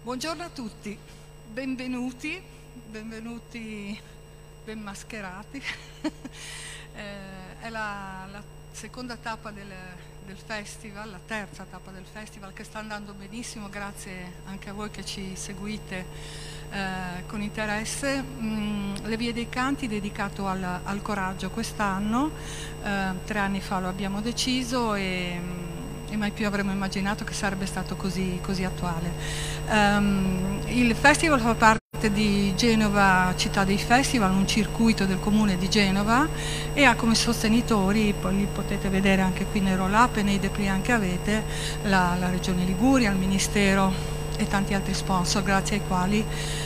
Buongiorno a tutti, benvenuti ben mascherati. È la seconda tappa del festival, la terza tappa del festival, che sta andando benissimo, grazie anche a voi che ci seguite con interesse. Le Vie dei Canti, dedicato al coraggio quest'anno, 3 anni fa lo abbiamo deciso e mai più avremmo immaginato che sarebbe stato così attuale. Il festival fa parte di Genova Città dei Festival, un circuito del comune di Genova, e ha come sostenitori, poi li potete vedere anche qui nel roll-up e nei depli anche avete, la Regione Liguria, il Ministero e tanti altri sponsor, grazie ai quali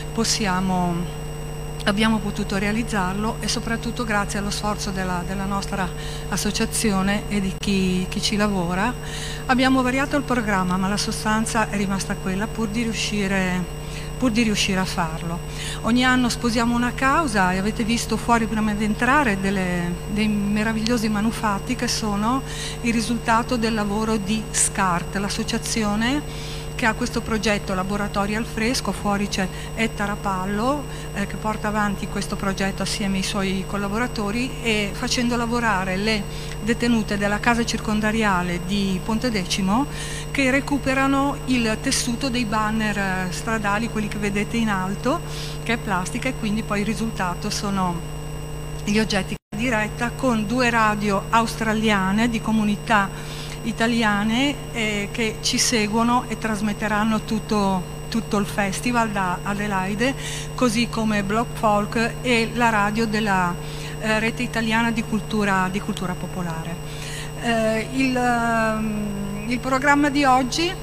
abbiamo potuto realizzarlo, e soprattutto grazie allo sforzo della nostra associazione e di chi ci lavora. Abbiamo variato il programma, ma la sostanza è rimasta quella, pur di riuscire a farlo. Ogni anno sposiamo una causa, e avete visto fuori prima di entrare dei meravigliosi manufatti che sono il risultato del lavoro di SCART, l'associazione che ha questo progetto Laboratori al Fresco. Fuori c'è Etta Rapallo che porta avanti questo progetto assieme ai suoi collaboratori, e facendo lavorare le detenute della casa circondariale di Pontedecimo, che recuperano il tessuto dei banner stradali, quelli che vedete in alto, che è plastica, e quindi poi il risultato sono gli oggetti in diretta, con 2 radio australiane di comunità italiane che ci seguono e trasmetteranno tutto il festival da Adelaide, così come Block Folk e la radio della rete italiana di cultura popolare. Il programma di oggi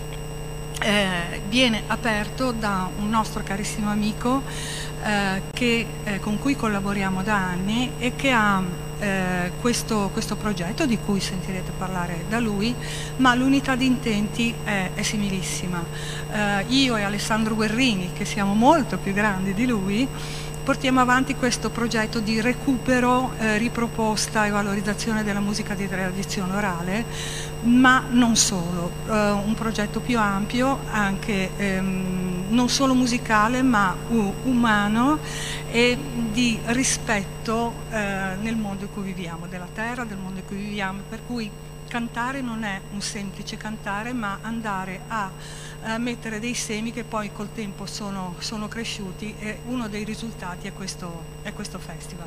viene aperto da un nostro carissimo amico con cui collaboriamo da anni, e che ha questo progetto di cui sentirete parlare da lui, ma l'unità di intenti è similissima. Io e Alessandro Guerrini, che siamo molto più grandi di lui, portiamo avanti questo progetto di recupero, riproposta e valorizzazione della musica di tradizione orale, ma non solo, un progetto più ampio, anche non solo musicale ma umano, e di rispetto nel mondo in cui viviamo, della terra, del mondo in cui viviamo, per cui cantare non è un semplice cantare, ma andare a mettere dei semi che poi col tempo sono cresciuti, e uno dei risultati è questo festival.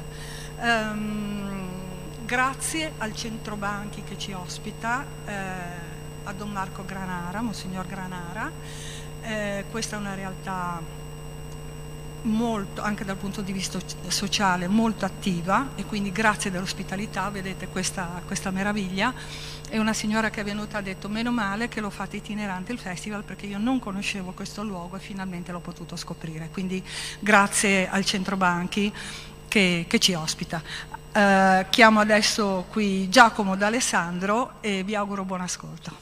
Grazie al Centro Banchi che ci ospita, a Don Marco Granara, Monsignor Granara. Questa è una realtà molto, anche dal punto di vista sociale, molto attiva, e quindi grazie dell'ospitalità. Vedete questa meraviglia, e una signora che è venuta ha detto: meno male che lo fate itinerante il festival, perché io non conoscevo questo luogo e finalmente l'ho potuto scoprire. Quindi grazie al Centro Banchi che ci ospita. Chiamo adesso qui Giacomo D'Alessandro e vi auguro buon ascolto.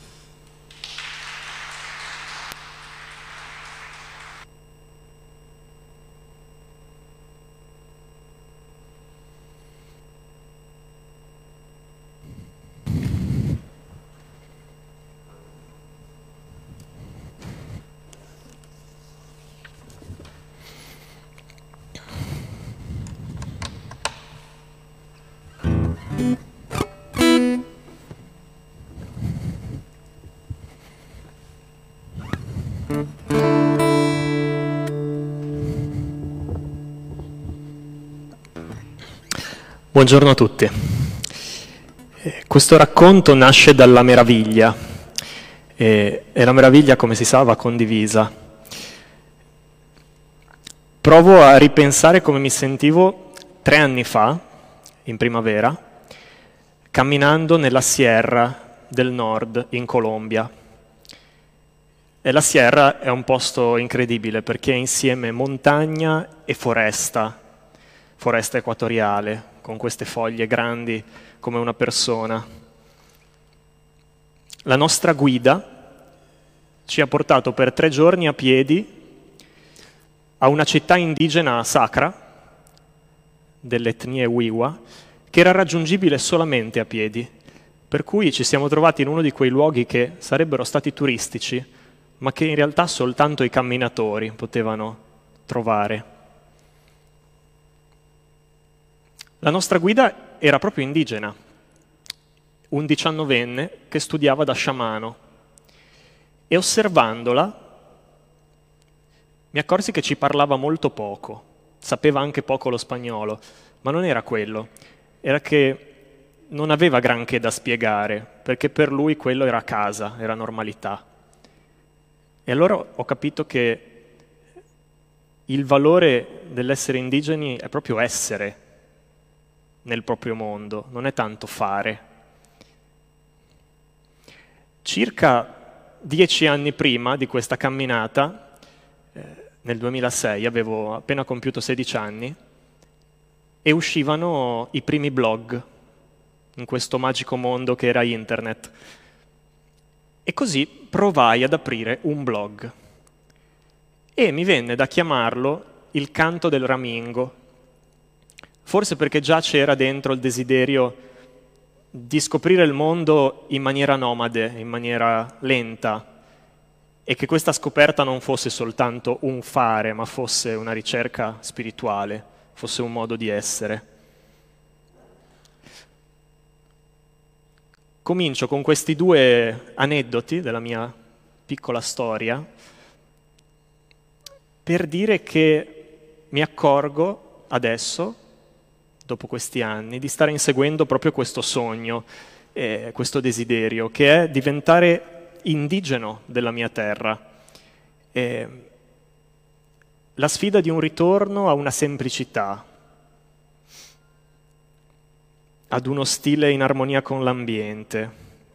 Buongiorno a tutti. Questo racconto nasce dalla meraviglia, e la meraviglia, come si sa, va condivisa. Provo a ripensare come mi sentivo 3 anni fa, in primavera, camminando nella Sierra del Nord in Colombia. E la Sierra è un posto incredibile, perché è insieme montagna e foresta equatoriale, con queste foglie grandi come una persona. La nostra guida ci ha portato per 3 giorni a piedi a una città indigena sacra delle etnie Wiwa, che era raggiungibile solamente a piedi, per cui ci siamo trovati in uno di quei luoghi che sarebbero stati turistici, ma che in realtà soltanto i camminatori potevano trovare. La nostra guida era proprio indigena, un 19enne che studiava da sciamano, e osservandola mi accorsi che ci parlava molto poco, sapeva anche poco lo spagnolo, ma non era quello, era che non aveva granché da spiegare, perché per lui quello era casa, era normalità. E allora ho capito che il valore dell'essere indigeni è proprio essere nel proprio mondo, non è tanto fare. Circa 10 anni prima di questa camminata, nel 2006, avevo appena compiuto 16 anni, e uscivano i primi blog in questo magico mondo che era internet. E così provai ad aprire un blog. E mi venne da chiamarlo Il canto del ramingo, forse perché già c'era dentro il desiderio di scoprire il mondo in maniera nomade, in maniera lenta, e che questa scoperta non fosse soltanto un fare, ma fosse una ricerca spirituale, fosse un modo di essere. Comincio con questi 2 aneddoti della mia piccola storia per dire che mi accorgo adesso, dopo questi anni, di stare inseguendo proprio questo sogno, questo desiderio, che è diventare indigeno della mia terra. La sfida di un ritorno a una semplicità, ad uno stile in armonia con l'ambiente.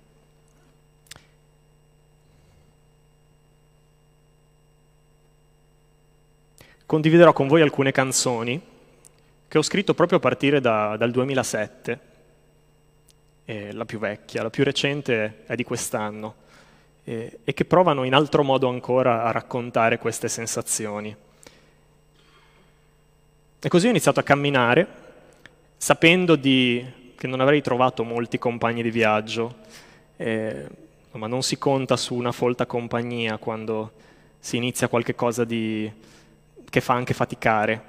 Condividerò con voi alcune canzoni che ho scritto proprio a partire dal 2007, la più vecchia, la più recente è di quest'anno, e che provano in altro modo ancora a raccontare queste sensazioni. E così ho iniziato a camminare, sapendo che non avrei trovato molti compagni di viaggio, ma non si conta su una folta compagnia quando si inizia qualche cosa che fa anche faticare.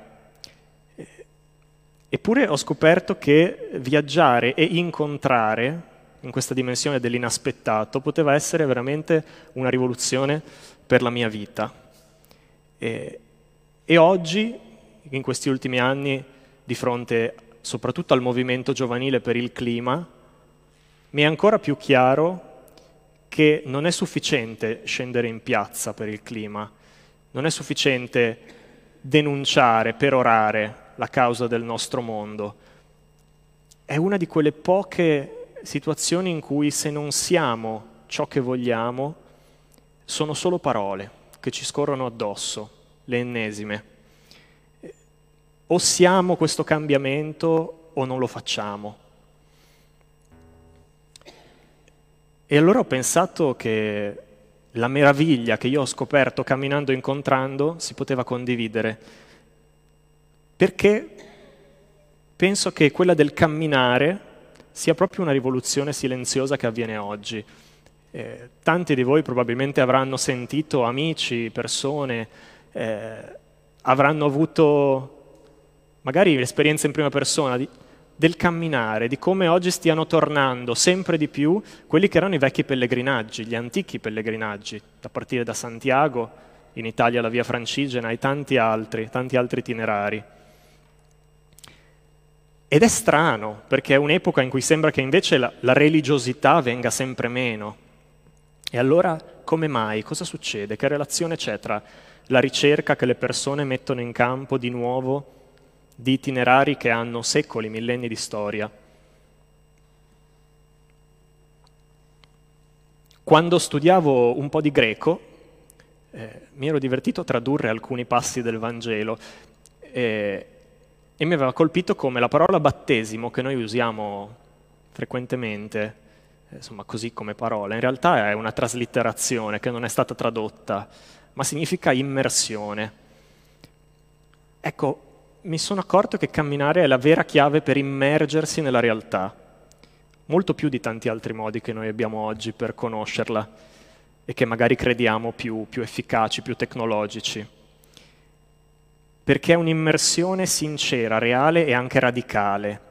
Eppure ho scoperto che viaggiare e incontrare in questa dimensione dell'inaspettato poteva essere veramente una rivoluzione per la mia vita. E oggi, in questi ultimi anni, di fronte soprattutto al movimento giovanile per il clima, mi è ancora più chiaro che non è sufficiente scendere in piazza per il clima, non è sufficiente denunciare, perorare la causa del nostro mondo. È una di quelle poche situazioni in cui, se non siamo ciò che vogliamo, sono solo parole che ci scorrono addosso, le ennesime. O siamo questo cambiamento o non lo facciamo. E allora ho pensato che la meraviglia che io ho scoperto camminando e incontrando si poteva condividere, perché penso che quella del camminare sia proprio una rivoluzione silenziosa che avviene oggi. Tanti di voi probabilmente avranno sentito amici, persone, avranno avuto magari l'esperienza in prima persona del camminare, di come oggi stiano tornando sempre di più quelli che erano i vecchi pellegrinaggi, gli antichi pellegrinaggi, a partire da Santiago, in Italia la via Francigena e tanti altri itinerari. Ed è strano, perché è un'epoca in cui sembra che invece la religiosità venga sempre meno. E allora come mai? Cosa succede? Che relazione c'è tra la ricerca che le persone mettono in campo di nuovo di itinerari che hanno secoli, millenni di storia? Quando studiavo un po' di greco, mi ero divertito a tradurre alcuni passi del Vangelo e mi aveva colpito come la parola battesimo, che noi usiamo frequentemente, insomma così come parola, in realtà è una traslitterazione che non è stata tradotta, ma significa immersione. Ecco, mi sono accorto che camminare è la vera chiave per immergersi nella realtà, molto più di tanti altri modi che noi abbiamo oggi per conoscerla. e che magari crediamo più efficaci, più tecnologici. Perché è un'immersione sincera, reale e anche radicale.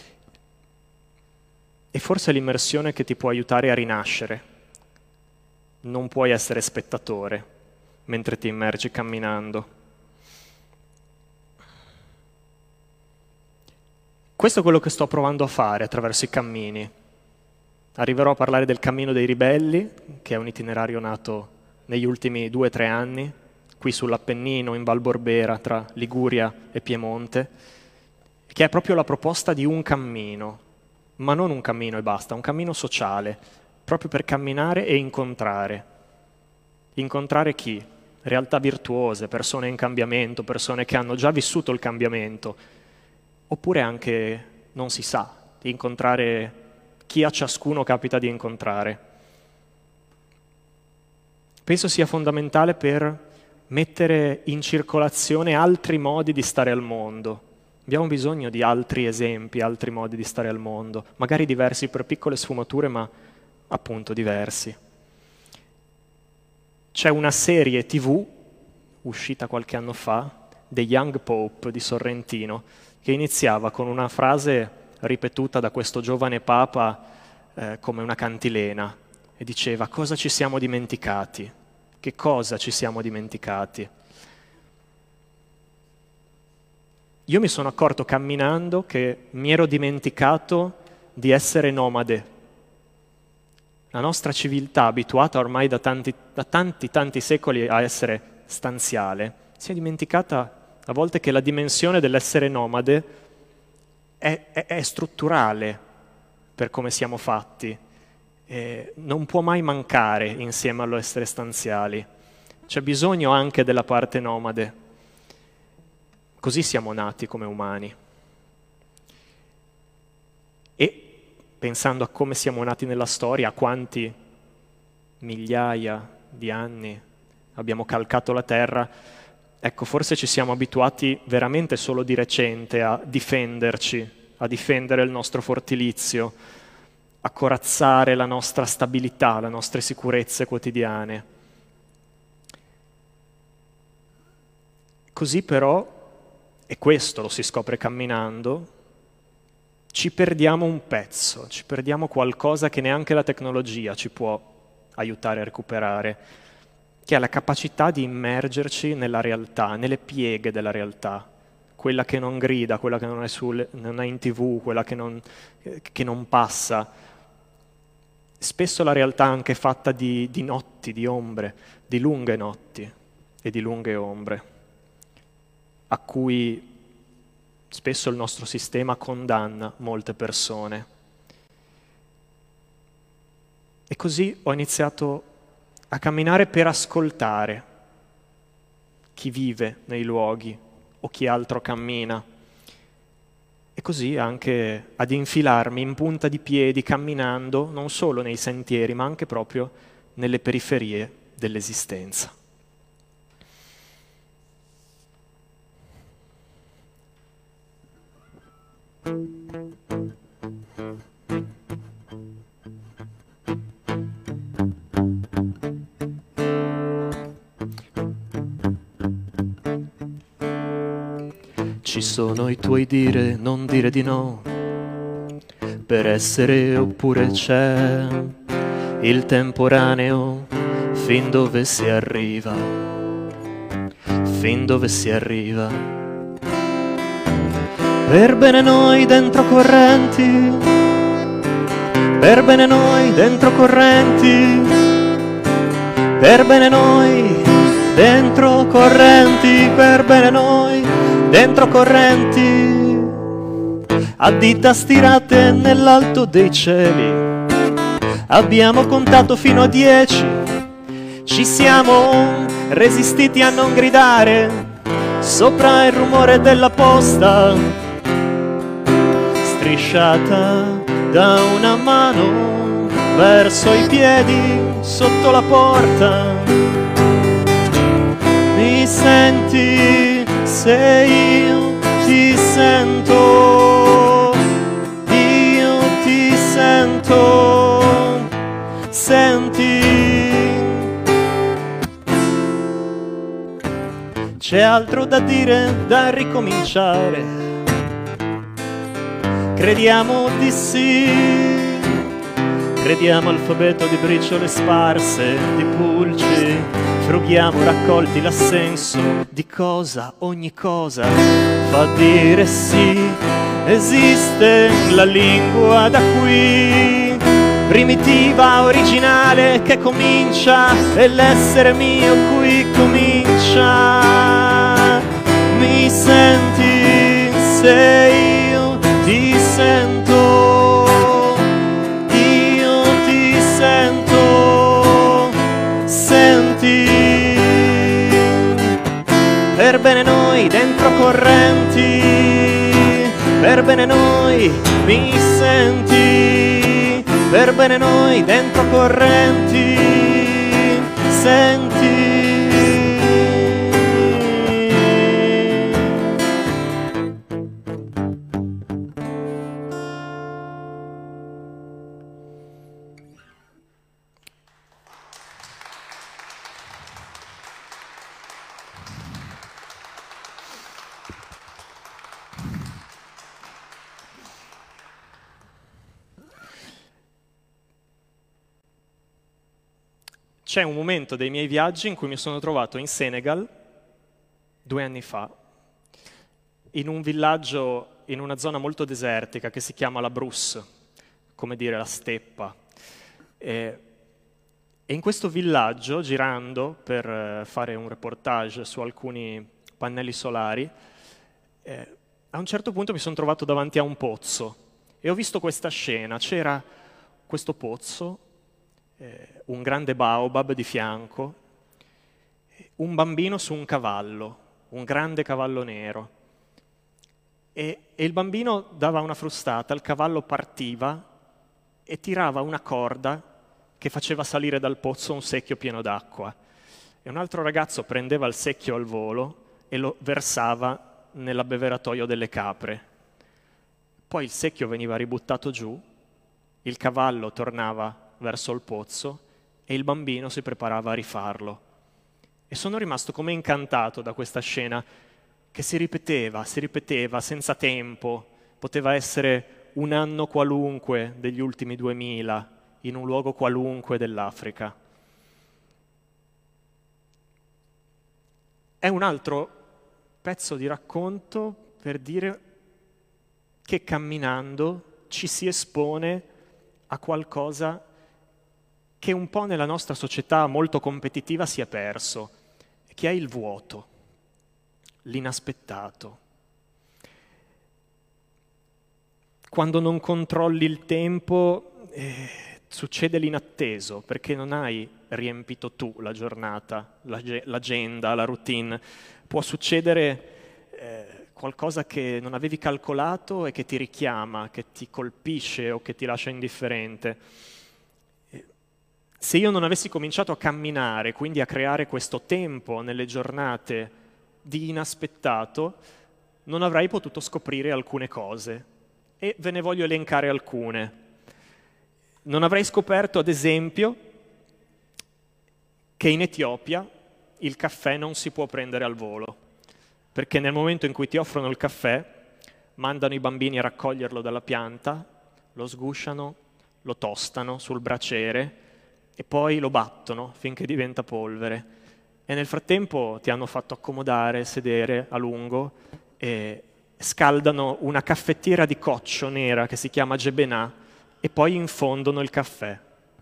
E forse è l'immersione che ti può aiutare a rinascere. Non puoi essere spettatore mentre ti immergi camminando. Questo è quello che sto provando a fare attraverso i cammini. Arriverò a parlare del Cammino dei Ribelli, che è un itinerario nato negli ultimi 2 o 3 anni, qui sull'Appennino, in Val Borbera, tra Liguria e Piemonte, che è proprio la proposta di un cammino, ma non un cammino e basta, un cammino sociale, proprio per camminare e incontrare. Incontrare chi? Realtà virtuose, persone in cambiamento, persone che hanno già vissuto il cambiamento, oppure anche, non si sa, incontrare chi a ciascuno capita di incontrare. Penso sia fondamentale per mettere in circolazione altri modi di stare al mondo. Abbiamo bisogno di altri esempi, altri modi di stare al mondo, magari diversi per piccole sfumature, ma appunto diversi. C'è una serie TV, uscita qualche anno fa, The Young Pope di Sorrentino, che iniziava con una frase ripetuta da questo giovane Papa come una cantilena, e diceva: cosa ci siamo dimenticati? Che cosa ci siamo dimenticati? Io mi sono accorto camminando che mi ero dimenticato di essere nomade. La nostra civiltà, abituata ormai da tanti secoli a essere stanziale, si è dimenticata a volte che la dimensione dell'essere nomade è strutturale per come siamo fatti. Non può mai mancare insieme all'essere stanziali. C'è bisogno anche della parte nomade. Così siamo nati come umani. E pensando a come siamo nati nella storia, a quanti migliaia di anni abbiamo calcato la terra, ecco, forse ci siamo abituati veramente solo di recente a difenderci, a difendere il nostro fortilizio, a corazzare la nostra stabilità, le nostre sicurezze quotidiane. Così però, e questo lo si scopre camminando, ci perdiamo un pezzo, ci perdiamo qualcosa che neanche la tecnologia ci può aiutare a recuperare, che è la capacità di immergerci nella realtà, nelle pieghe della realtà, quella che non grida, quella che non è in TV, quella che non passa. Spesso la realtà è anche fatta di notti, di ombre, di lunghe notti e di lunghe ombre, a cui spesso il nostro sistema condanna molte persone. E così ho iniziato a camminare per ascoltare chi vive nei luoghi o chi altro cammina, e così anche ad infilarmi in punta di piedi camminando non solo nei sentieri ma anche proprio nelle periferie dell'esistenza. Ci sono i tuoi dire, non dire di no, per essere oppure c'è il temporaneo, fin dove si arriva, fin dove si arriva. Per bene noi dentro correnti, per bene noi dentro correnti, per bene noi dentro correnti, per bene noi dentro correnti, a dita stirate nell'alto dei cieli. Abbiamo contato fino a 10, ci siamo resistiti a non gridare sopra il rumore della posta, strisciata da una mano verso i piedi sotto la porta. Mi senti se io ti sento, io ti sento, senti c'è altro da dire, da ricominciare. Crediamo di sì, crediamo alfabeto di briciole sparse, di pulci, frughiamo raccolti l'assenso di cosa, ogni cosa fa dire sì. Esiste la lingua da qui, primitiva, originale, che comincia, e l'essere mio qui comincia. Mi senti se io ti sento, io ti sento, senti. Per bene noi dentro correnti, per bene noi mi senti, per bene noi dentro correnti, senti. C'è un momento dei miei viaggi in cui mi sono trovato in Senegal 2 anni fa, in un villaggio, in una zona molto desertica che si chiama la Brousse, come dire la steppa. E in questo villaggio, girando per fare un reportage su alcuni pannelli solari, a un certo punto mi sono trovato davanti a un pozzo e ho visto questa scena. C'era questo pozzo, un grande baobab di fianco, un bambino su un cavallo, un grande cavallo nero, e il bambino dava una frustata, il cavallo partiva e tirava una corda che faceva salire dal pozzo un secchio pieno d'acqua, e un altro ragazzo prendeva il secchio al volo e lo versava nell'abbeveratoio delle capre. Poi il secchio veniva ributtato giù, il cavallo tornava verso il pozzo e il bambino si preparava a rifarlo. E sono rimasto come incantato da questa scena che si ripeteva senza tempo. Poteva essere un anno qualunque degli ultimi 2000, in un luogo qualunque dell'Africa. È un altro pezzo di racconto per dire che camminando ci si espone a qualcosa che un po' nella nostra società molto competitiva si è perso, che è il vuoto, l'inaspettato. Quando non controlli il tempo succede l'inatteso, perché non hai riempito tu la giornata, l'agenda, la routine. Può succedere qualcosa che non avevi calcolato e che ti richiama, che ti colpisce o che ti lascia indifferente. Se io non avessi cominciato a camminare, quindi a creare questo tempo nelle giornate di inaspettato, non avrei potuto scoprire alcune cose, e ve ne voglio elencare alcune. Non avrei scoperto, ad esempio, che in Etiopia il caffè non si può prendere al volo, perché nel momento in cui ti offrono il caffè, mandano i bambini a raccoglierlo dalla pianta, lo sgusciano, lo tostano sul braciere e poi lo battono finché diventa polvere. E nel frattempo ti hanno fatto accomodare, sedere a lungo, e scaldano una caffettiera di coccio nera che si chiama Gebenà e poi infondono il caffè.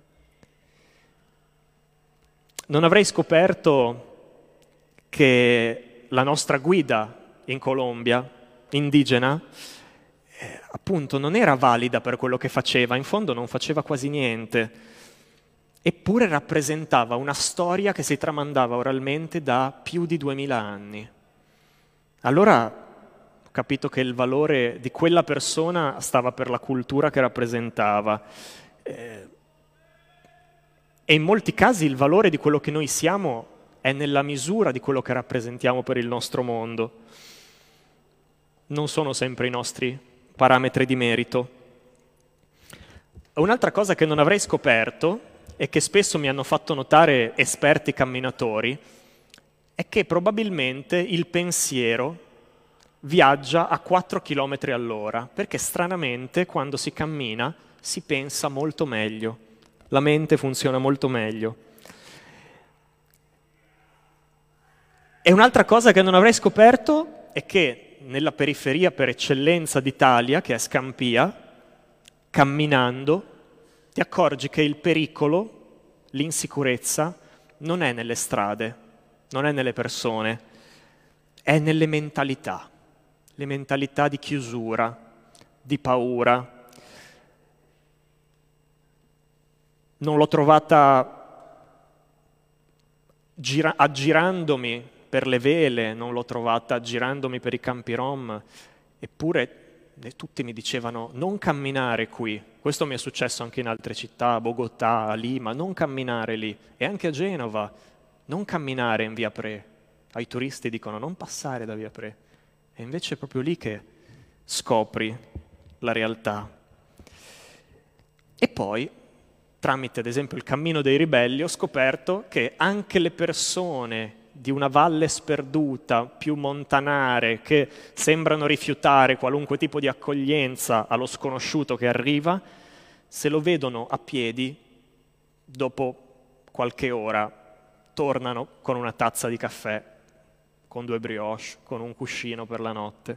Non avrei scoperto che la nostra guida in Colombia, indigena, appunto non era valida per quello che faceva, in fondo non faceva quasi niente. Eppure rappresentava una storia che si tramandava oralmente da più di 2000 anni. Allora ho capito che il valore di quella persona stava per la cultura che rappresentava. E in molti casi il valore di quello che noi siamo è nella misura di quello che rappresentiamo per il nostro mondo. Non sono sempre i nostri parametri di merito. Un'altra cosa che non avrei scoperto e che spesso mi hanno fatto notare esperti camminatori è che probabilmente il pensiero viaggia a 4 km all'ora, perché stranamente quando si cammina si pensa molto meglio, la mente funziona molto meglio. E un'altra cosa che non avrei scoperto è che nella periferia per eccellenza d'Italia, che è Scampia, camminando ti accorgi che il pericolo, l'insicurezza, non è nelle strade, non è nelle persone, è nelle mentalità. Le mentalità di chiusura, di paura. Non l'ho trovata aggirandomi per le vele, non l'ho trovata aggirandomi per i campi rom, eppure tutti mi dicevano non camminare qui. Questo mi è successo anche in altre città, a Bogotà, a Lima, non camminare lì, e anche a Genova, non camminare in Via Pre. Ai turisti dicono non passare da Via Pre. E invece è proprio lì che scopri la realtà. E poi, tramite ad esempio il Cammino dei Ribelli, ho scoperto che anche le persone di una valle sperduta, più montanare, che sembrano rifiutare qualunque tipo di accoglienza allo sconosciuto che arriva, se lo vedono a piedi, dopo qualche ora tornano con una tazza di caffè, con 2 brioche, con un cuscino per la notte.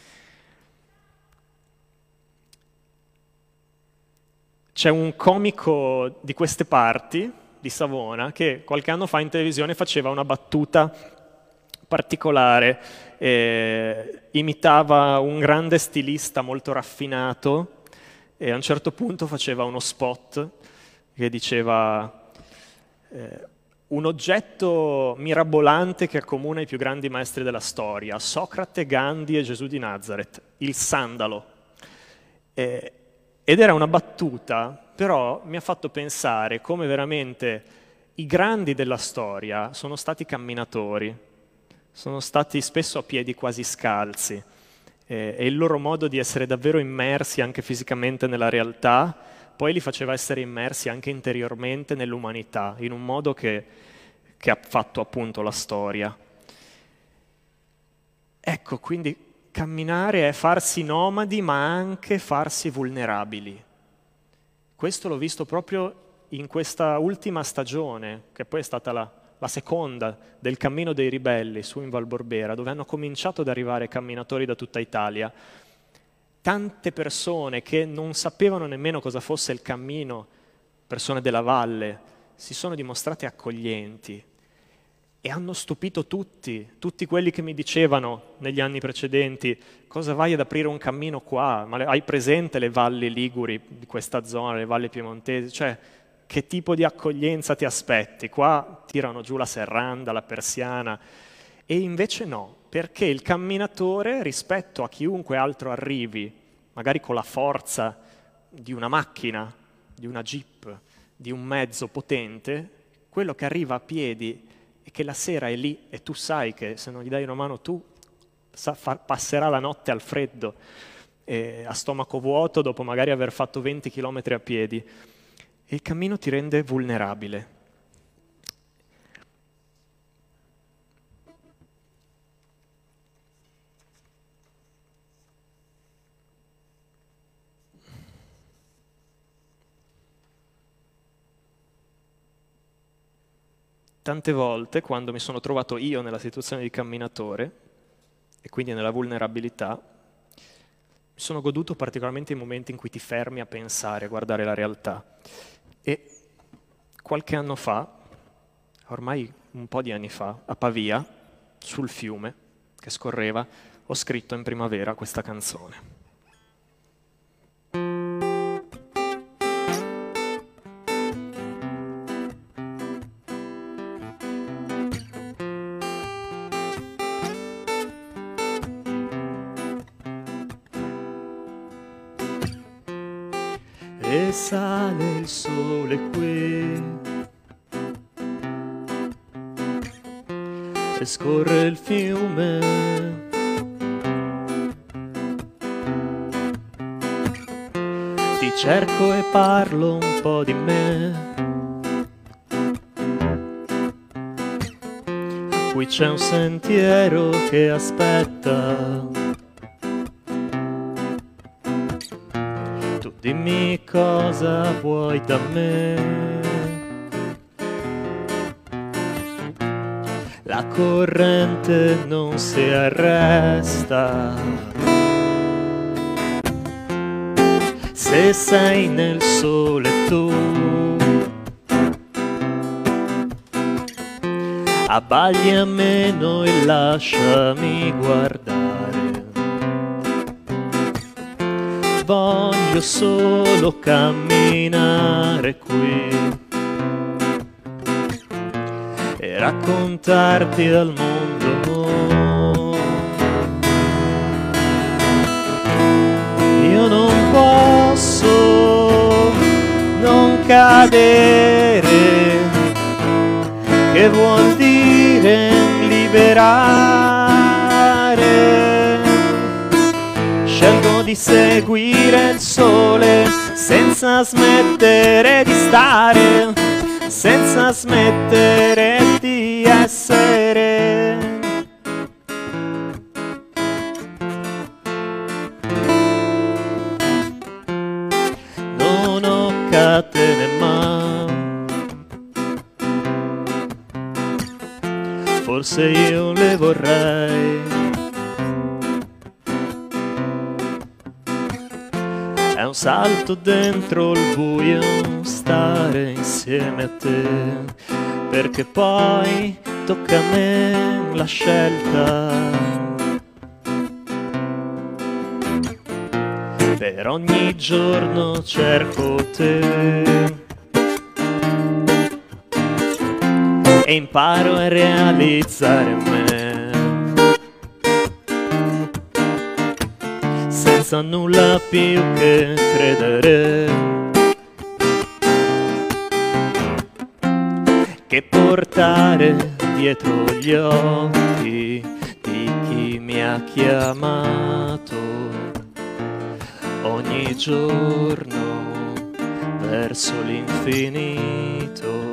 C'è un comico di queste parti, di Savona, che qualche anno fa in televisione faceva una battuta particolare, imitava un grande stilista molto raffinato e a un certo punto faceva uno spot che diceva un oggetto mirabolante che accomuna i più grandi maestri della storia, Socrate, Gandhi e Gesù di Nazareth, il sandalo. Ed era una battuta, però mi ha fatto pensare come veramente i grandi della storia sono stati camminatori, sono stati spesso a piedi quasi scalzi, e il loro modo di essere davvero immersi anche fisicamente nella realtà poi li faceva essere immersi anche interiormente nell'umanità, in un modo che ha fatto appunto la storia. Ecco, quindi camminare è farsi nomadi, ma anche farsi vulnerabili. Questo l'ho visto proprio in questa ultima stagione, che poi è stata la seconda del Cammino dei Ribelli su in Val Borbera, dove hanno cominciato ad arrivare camminatori da tutta Italia. Tante persone che non sapevano nemmeno cosa fosse il cammino, persone della valle, si sono dimostrate accoglienti e hanno stupito tutti quelli che mi dicevano negli anni precedenti cosa vai ad aprire un cammino qua, ma hai presente le valli liguri di questa zona, le valli piemontesi, cioè che tipo di accoglienza ti aspetti? Qua tirano giù la serranda, la persiana, e invece no, perché il camminatore rispetto a chiunque altro arrivi, magari con la forza di una macchina, di una jeep, di un mezzo potente, quello che arriva a piedi e che la sera è lì e tu sai che se non gli dai una mano tu passerà la notte al freddo, a stomaco vuoto dopo magari aver fatto 20 km a piedi. E il cammino ti rende vulnerabile. Tante volte, quando mi sono trovato io nella situazione di camminatore, e quindi nella vulnerabilità, mi sono goduto particolarmente i momenti in cui ti fermi a pensare, a guardare la realtà. E qualche anno fa, ormai un po' di anni fa, a Pavia, sul fiume che scorreva, ho scritto in primavera questa canzone. E sale il sole qui e scorre il fiume, ti cerco e parlo un po' di me, qui c'è un sentiero che aspetta. Tu dimmi cosa vuoi da me. La corrente non si arresta. Se sei nel sole tu, abbagli a meno e lasciami guardare. Voglio solo camminare qui e raccontarti al mondo. Io non posso non cadere, che vuol dire liberare. Scelgo di seguire il sole senza smettere di stare, senza smettere di essere. Non ho catene ma forse io le vorrei. È un salto dentro il buio stare insieme a te, perché poi tocca a me la scelta. Per ogni giorno cerco te e imparo a realizzare me, senza nulla più che credere, che portare dietro gli occhi di chi mi ha chiamato ogni giorno verso l'infinito.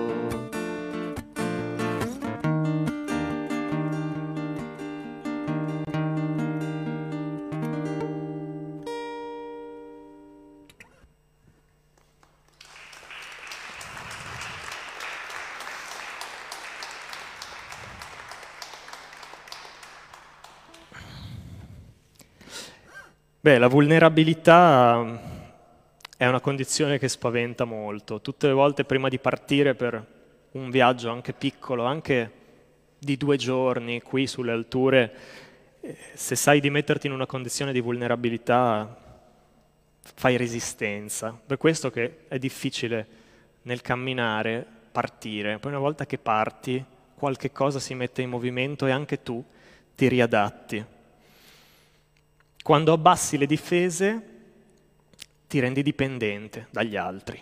Beh, la vulnerabilità è una condizione che spaventa molto. Tutte le volte prima di partire per un viaggio anche piccolo, anche di 2 giorni qui sulle alture, se sai di metterti in una condizione di vulnerabilità, fai resistenza. Per questo che è difficile nel camminare partire. Poi una volta che parti, qualche cosa si mette in movimento e anche tu ti riadatti. Quando abbassi le difese ti rendi dipendente dagli altri.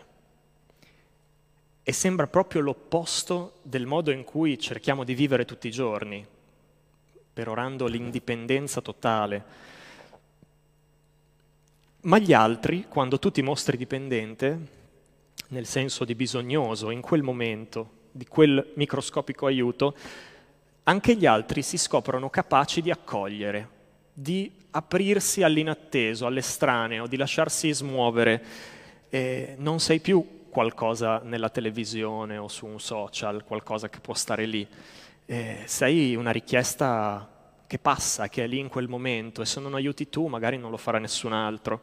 E sembra proprio l'opposto del modo in cui cerchiamo di vivere tutti i giorni, perorando l'indipendenza totale. Ma gli altri, quando tu ti mostri dipendente, nel senso di bisognoso, in quel momento, di quel microscopico aiuto, anche gli altri si scoprono capaci di accogliere, di aprirsi all'inatteso, all'estraneo, di lasciarsi smuovere. Non sei più qualcosa nella televisione o su un social, qualcosa che può stare lì. Sei una richiesta che passa, che è lì in quel momento, e se non aiuti tu magari non lo farà nessun altro.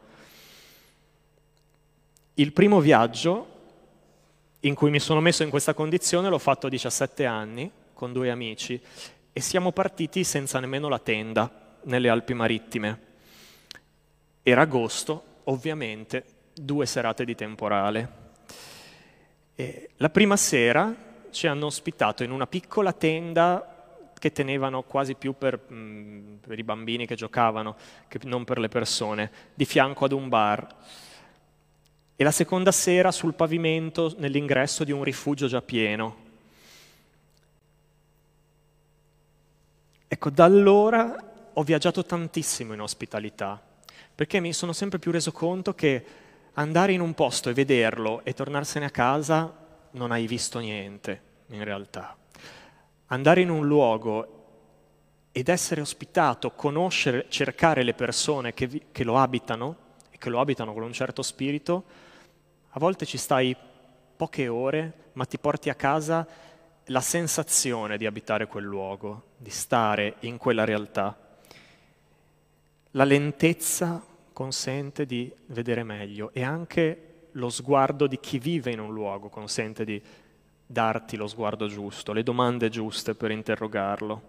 Il primo viaggio in cui mi sono messo in questa condizione l'ho fatto a 17 anni con 2 amici e siamo partiti senza nemmeno la tenda nelle Alpi Marittime. Era agosto, ovviamente, 2 serate di temporale. La prima sera ci hanno ospitato in una piccola tenda che tenevano quasi più per i bambini che giocavano, che non per le persone, di fianco ad un bar. E la seconda sera sul pavimento nell'ingresso di un rifugio già pieno. Ecco, da allora ho viaggiato tantissimo in ospitalità, perché mi sono sempre più reso conto che andare in un posto e vederlo e tornarsene a casa non hai visto niente, in realtà. andare in un luogo ed essere ospitato, conoscere, cercare le persone che lo abitano, e che lo abitano con un certo spirito, a volte ci stai poche ore, ma ti porti a casa la sensazione di abitare quel luogo, di stare in quella realtà. La lentezza consente di vedere meglio e anche lo sguardo di chi vive in un luogo consente di darti lo sguardo giusto, le domande giuste per interrogarlo.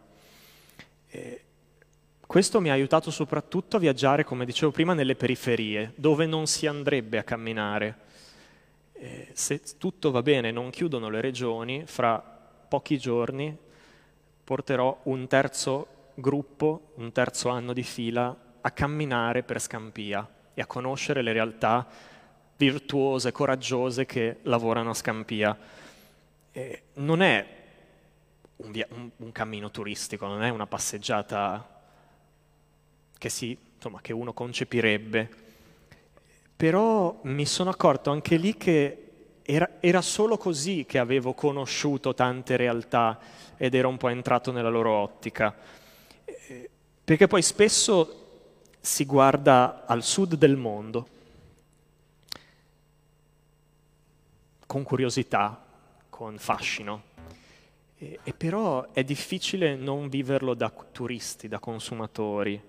Questo mi ha aiutato soprattutto a viaggiare, come dicevo prima, nelle periferie, dove non si andrebbe a camminare. Se tutto va bene, non chiudono le regioni, fra pochi giorni porterò un terzo gruppo, un terzo anno di fila, a camminare per Scampia e a conoscere le realtà virtuose, coraggiose che lavorano a Scampia. Non è un cammino turistico, non è una passeggiata che uno concepirebbe, però mi sono accorto anche lì che era solo così che avevo conosciuto tante realtà ed ero un po' entrato nella loro ottica, perché poi spesso si guarda al sud del mondo con curiosità, con fascino, e però è difficile non viverlo da turisti, da consumatori.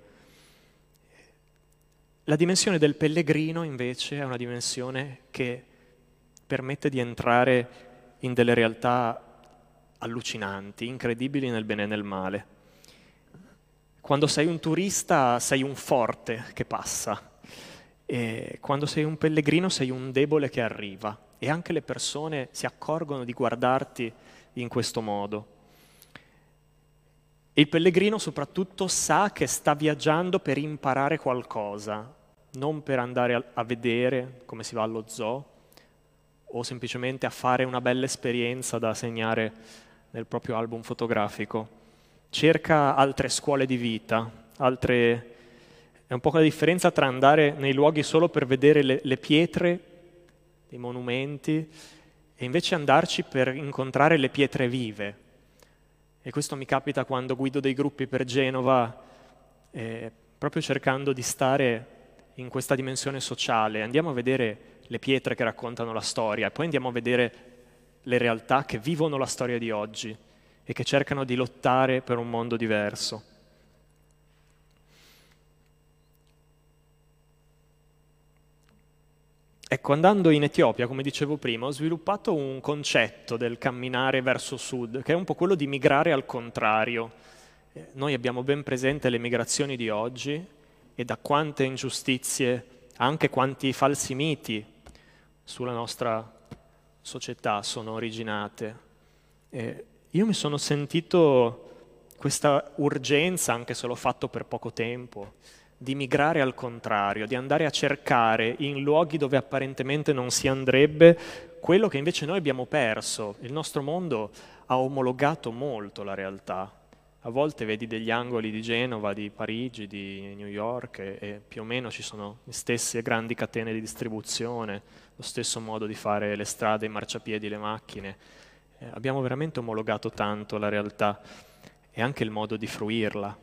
La dimensione del pellegrino invece è una dimensione che permette di entrare in delle realtà allucinanti, incredibili nel bene e nel male. Quando sei un turista sei un forte che passa, e quando sei un pellegrino sei un debole che arriva, e anche le persone si accorgono di guardarti in questo modo. Il pellegrino soprattutto sa che sta viaggiando per imparare qualcosa, non per andare a vedere come si va allo zoo o semplicemente a fare una bella esperienza da segnare nel proprio album fotografico. Cerca altre scuole di vita, È un po' la differenza tra andare nei luoghi solo per vedere le pietre, i monumenti, e invece andarci per incontrare le pietre vive. E questo mi capita quando guido dei gruppi per Genova, proprio cercando di stare in questa dimensione sociale. Andiamo a vedere le pietre che raccontano la storia e poi andiamo a vedere le realtà che vivono la storia di oggi e che cercano di lottare per un mondo diverso. Ecco, andando in Etiopia, come dicevo prima, ho sviluppato un concetto del camminare verso sud, che è un po' quello di migrare al contrario. Noi abbiamo ben presente le migrazioni di oggi e da quante ingiustizie, anche quanti falsi miti sulla nostra società sono originate. Io mi sono sentito questa urgenza, anche se l'ho fatto per poco tempo, di migrare al contrario, di andare a cercare in luoghi dove apparentemente non si andrebbe quello che invece noi abbiamo perso. Il nostro mondo ha omologato molto la realtà. A volte vedi degli angoli di Genova, di Parigi, di New York e più o meno ci sono le stesse grandi catene di distribuzione, lo stesso modo di fare le strade, i marciapiedi, le macchine. Abbiamo veramente omologato tanto la realtà e anche il modo di fruirla.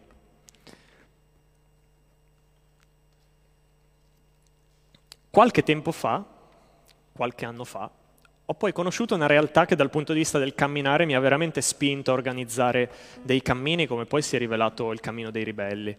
Qualche tempo fa, qualche anno fa, ho poi conosciuto una realtà che dal punto di vista del camminare mi ha veramente spinto a organizzare dei cammini, come poi si è rivelato il Cammino dei Ribelli.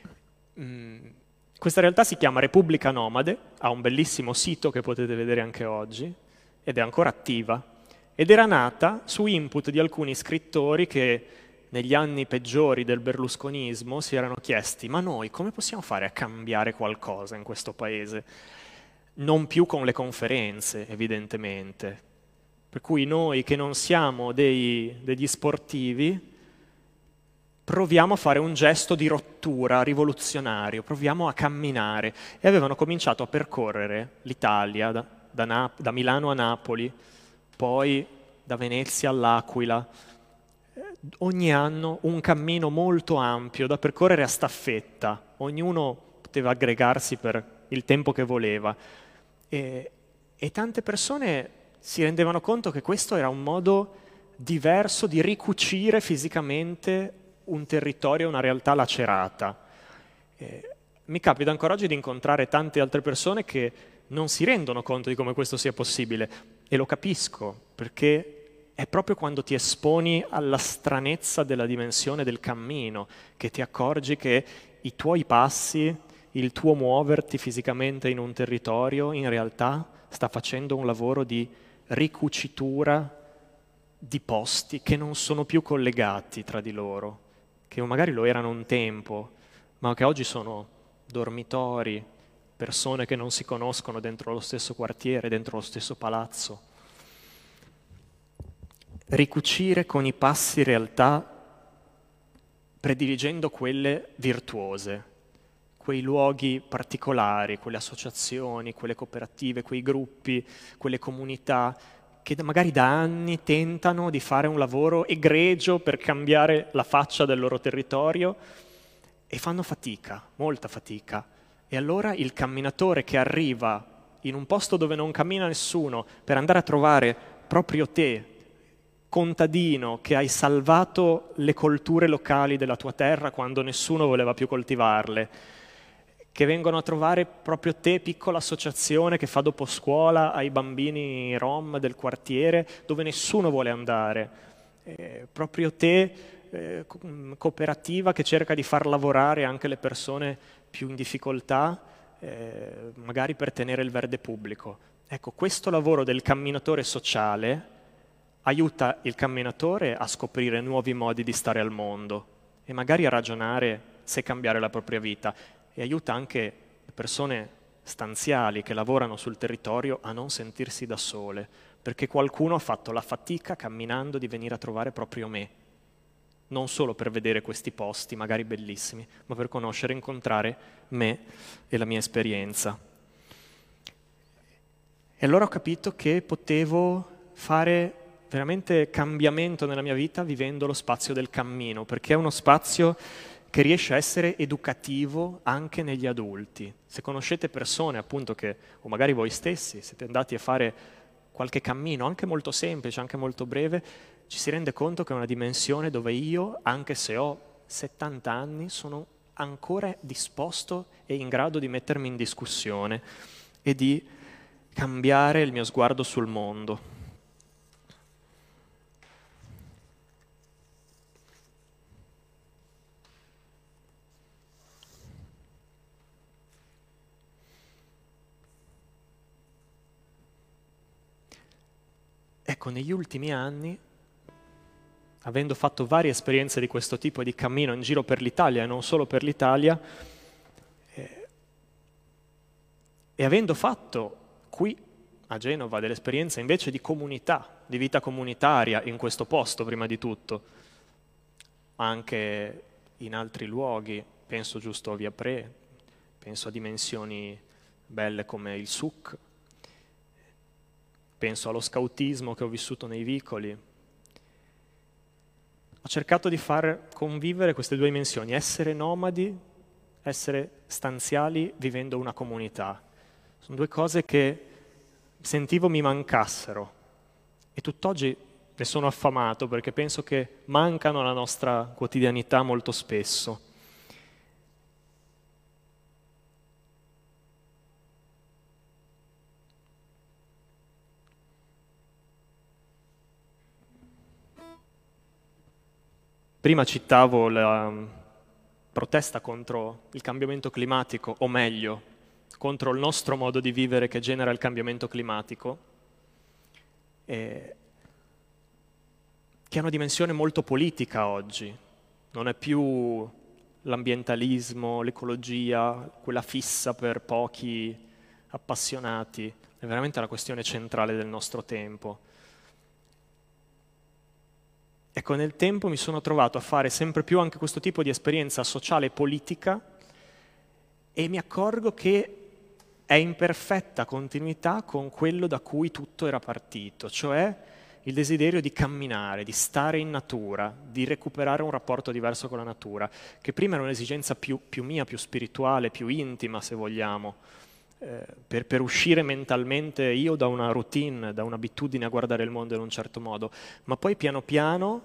Questa realtà si chiama Repubblica Nomade, ha un bellissimo sito che potete vedere anche oggi, ed è ancora attiva, ed era nata su input di alcuni scrittori che negli anni peggiori del berlusconismo si erano chiesti: ma noi come possiamo fare a cambiare qualcosa in questo paese? Non più con le conferenze, evidentemente. Per cui noi che non siamo degli sportivi, proviamo a fare un gesto di rottura rivoluzionario, proviamo a camminare. E avevano cominciato a percorrere l'Italia, da Milano a Napoli, poi da Venezia all'Aquila. Ogni anno un cammino molto ampio da percorrere a staffetta. Ognuno poteva aggregarsi per il tempo che voleva. E tante persone si rendevano conto che questo era un modo diverso di ricucire fisicamente un territorio, una realtà lacerata. Mi capita ancora oggi di incontrare tante altre persone che non si rendono conto di come questo sia possibile, e lo capisco, perché è proprio quando ti esponi alla stranezza della dimensione del cammino che ti accorgi che i tuoi passi, il tuo muoverti fisicamente in un territorio, in realtà sta facendo un lavoro di ricucitura di posti che non sono più collegati tra di loro, che magari lo erano un tempo, ma che oggi sono dormitori, persone che non si conoscono dentro lo stesso quartiere, dentro lo stesso palazzo. Ricucire con i passi realtà, prediligendo quelle virtuose, quei luoghi particolari, quelle associazioni, quelle cooperative, quei gruppi, quelle comunità che magari da anni tentano di fare un lavoro egregio per cambiare la faccia del loro territorio e fanno fatica, molta fatica. E allora il camminatore che arriva in un posto dove non cammina nessuno per andare a trovare proprio te, contadino che hai salvato le colture locali della tua terra quando nessuno voleva più coltivarle, che vengono a trovare proprio te, piccola associazione che fa dopo scuola ai bambini rom del quartiere dove nessuno vuole andare, proprio te, cooperativa che cerca di far lavorare anche le persone più in difficoltà, magari per tenere il verde pubblico. Ecco, questo lavoro del camminatore sociale aiuta il camminatore a scoprire nuovi modi di stare al mondo e magari a ragionare se cambiare la propria vita, e aiuta anche le persone stanziali che lavorano sul territorio a non sentirsi da sole, perché qualcuno ha fatto la fatica camminando di venire a trovare proprio me, non solo per vedere questi posti magari bellissimi, ma per conoscere e incontrare me e la mia esperienza. E allora ho capito che potevo fare veramente cambiamento nella mia vita vivendo lo spazio del cammino, perché è uno spazio che riesce a essere educativo anche negli adulti. Se conoscete persone appunto che, o magari voi stessi, siete andati a fare qualche cammino, anche molto semplice, anche molto breve, ci si rende conto che è una dimensione dove io, anche se ho 70 anni, sono ancora disposto e in grado di mettermi in discussione e di cambiare il mio sguardo sul mondo. Ecco, negli ultimi anni, avendo fatto varie esperienze di questo tipo di cammino in giro per l'Italia e non solo per l'Italia, e avendo fatto qui a Genova delle esperienze invece di comunità, di vita comunitaria in questo posto prima di tutto, anche in altri luoghi, penso giusto a Via Pre, penso a dimensioni belle come il SUC, penso allo scautismo che ho vissuto nei vicoli. Ho cercato di far convivere queste due dimensioni, essere nomadi, essere stanziali vivendo una comunità. Sono due cose che sentivo mi mancassero e tutt'oggi ne sono affamato perché penso che mancano alla nostra quotidianità molto spesso. Prima citavo la protesta contro il cambiamento climatico, o meglio, contro il nostro modo di vivere che genera il cambiamento climatico, che ha una dimensione molto politica oggi. Non è più l'ambientalismo, l'ecologia, quella fissa per pochi appassionati, è veramente la questione centrale del nostro tempo. Ecco, nel tempo mi sono trovato a fare sempre più anche questo tipo di esperienza sociale e politica e mi accorgo che è in perfetta continuità con quello da cui tutto era partito, cioè il desiderio di camminare, di stare in natura, di recuperare un rapporto diverso con la natura, che prima era un'esigenza più mia, più spirituale, più intima se vogliamo, per uscire mentalmente io da una routine, da un'abitudine a guardare il mondo in un certo modo, ma poi piano piano,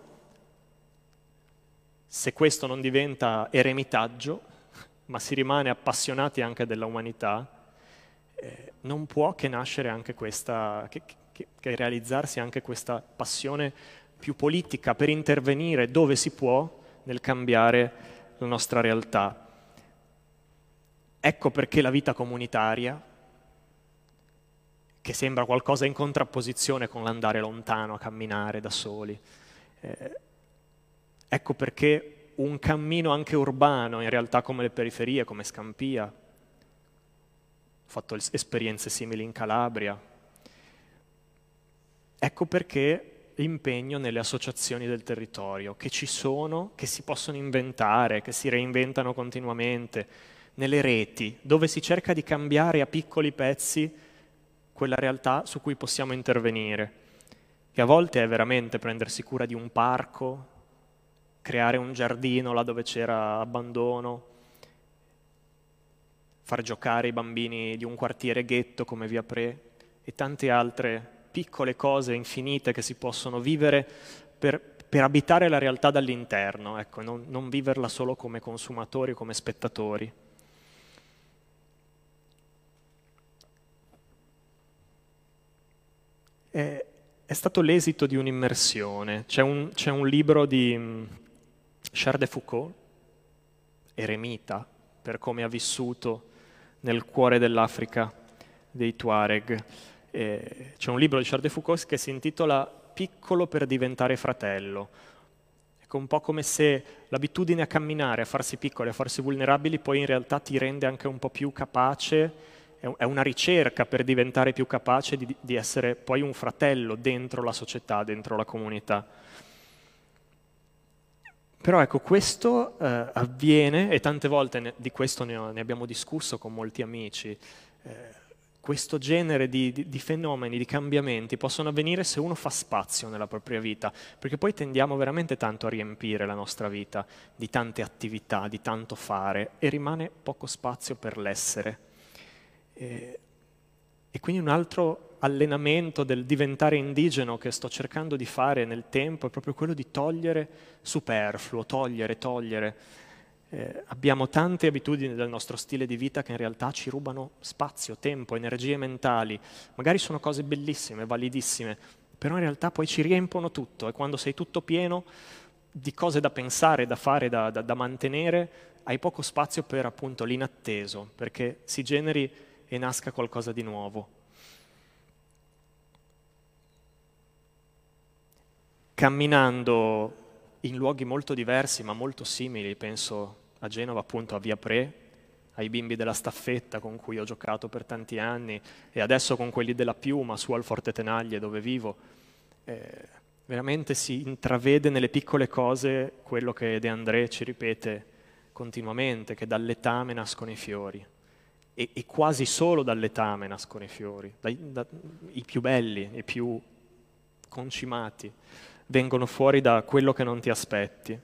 se questo non diventa eremitaggio, ma si rimane appassionati anche della umanità, non può che nascere anche questa, che realizzarsi anche questa passione più politica per intervenire dove si può nel cambiare la nostra realtà. Ecco perché la vita comunitaria, che sembra qualcosa in contrapposizione con l'andare lontano a camminare da soli, ecco perché un cammino anche urbano, in realtà come le periferie, come Scampia, ho fatto esperienze simili in Calabria, ecco perché l'impegno nelle associazioni del territorio, che ci sono, che si possono inventare, che si reinventano continuamente, nelle reti, dove si cerca di cambiare a piccoli pezzi quella realtà su cui possiamo intervenire, che a volte è veramente prendersi cura di un parco, creare un giardino là dove c'era abbandono, far giocare i bambini di un quartiere ghetto come Via Pre e tante altre piccole cose infinite che si possono vivere per abitare la realtà dall'interno, ecco, non viverla solo come consumatori, come spettatori. È stato l'esito di un'immersione. C'è un libro di Charles de Foucault, eremita, per come ha vissuto nel cuore dell'Africa dei Tuareg. C'è un libro di Charles de Foucault che si intitola Piccolo per diventare fratello. Ecco, un po' come se l'abitudine a camminare, a farsi piccoli, a farsi vulnerabili, poi in realtà ti rende anche un po' più capace. È una ricerca per diventare più capace di essere poi un fratello dentro la società, dentro la comunità. Però ecco, questo avviene, e tante volte di questo ne abbiamo discusso con molti amici, questo genere di fenomeni, di cambiamenti possono avvenire se uno fa spazio nella propria vita, perché poi tendiamo veramente tanto a riempire la nostra vita di tante attività, di tanto fare, e rimane poco spazio per l'essere. E quindi un altro allenamento del diventare indigeno che sto cercando di fare nel tempo è proprio quello di togliere superfluo, togliere. Abbiamo tante abitudini del nostro stile di vita che in realtà ci rubano spazio, tempo, energie mentali. Magari sono cose bellissime, validissime, però in realtà poi ci riempono tutto, e quando sei tutto pieno di cose da pensare, da fare, da mantenere, hai poco spazio per appunto l'inatteso, perché si generi e nasca qualcosa di nuovo. Camminando in luoghi molto diversi ma molto simili, penso a Genova appunto a Via Pre, ai bimbi della staffetta con cui ho giocato per tanti anni, e adesso con quelli della Piuma su al Forte Tenaglie dove vivo, veramente si intravede nelle piccole cose quello che De André ci ripete continuamente, che dal letame nascono i fiori. E quasi solo dal letame nascono i fiori, i più belli, i più concimati, vengono fuori da quello che non ti aspetti.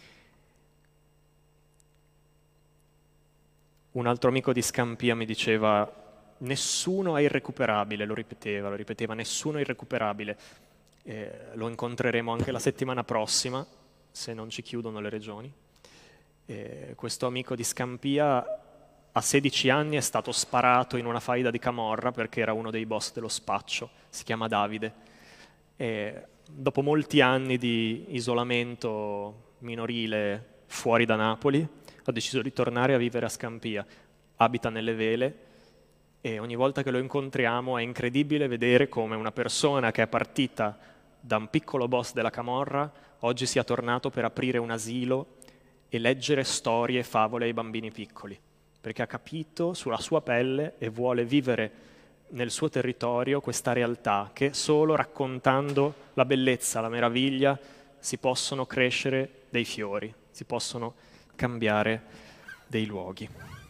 Un altro amico di Scampia mi diceva: nessuno è irrecuperabile, lo ripeteva, nessuno è irrecuperabile. Lo incontreremo anche la settimana prossima, se non ci chiudono le regioni. Questo amico di Scampia a 16 anni è stato sparato in una faida di camorra perché era uno dei boss dello spaccio, si chiama Davide. E dopo molti anni di isolamento minorile fuori da Napoli, ha deciso di tornare a vivere a Scampia. Abita nelle Vele e ogni volta che lo incontriamo è incredibile vedere come una persona che è partita da un piccolo boss della camorra oggi sia tornato per aprire un asilo e leggere storie e favole ai bambini piccoli, perché ha capito sulla sua pelle e vuole vivere nel suo territorio questa realtà che solo raccontando la bellezza, la meraviglia, si possono crescere dei fiori, si possono cambiare dei luoghi.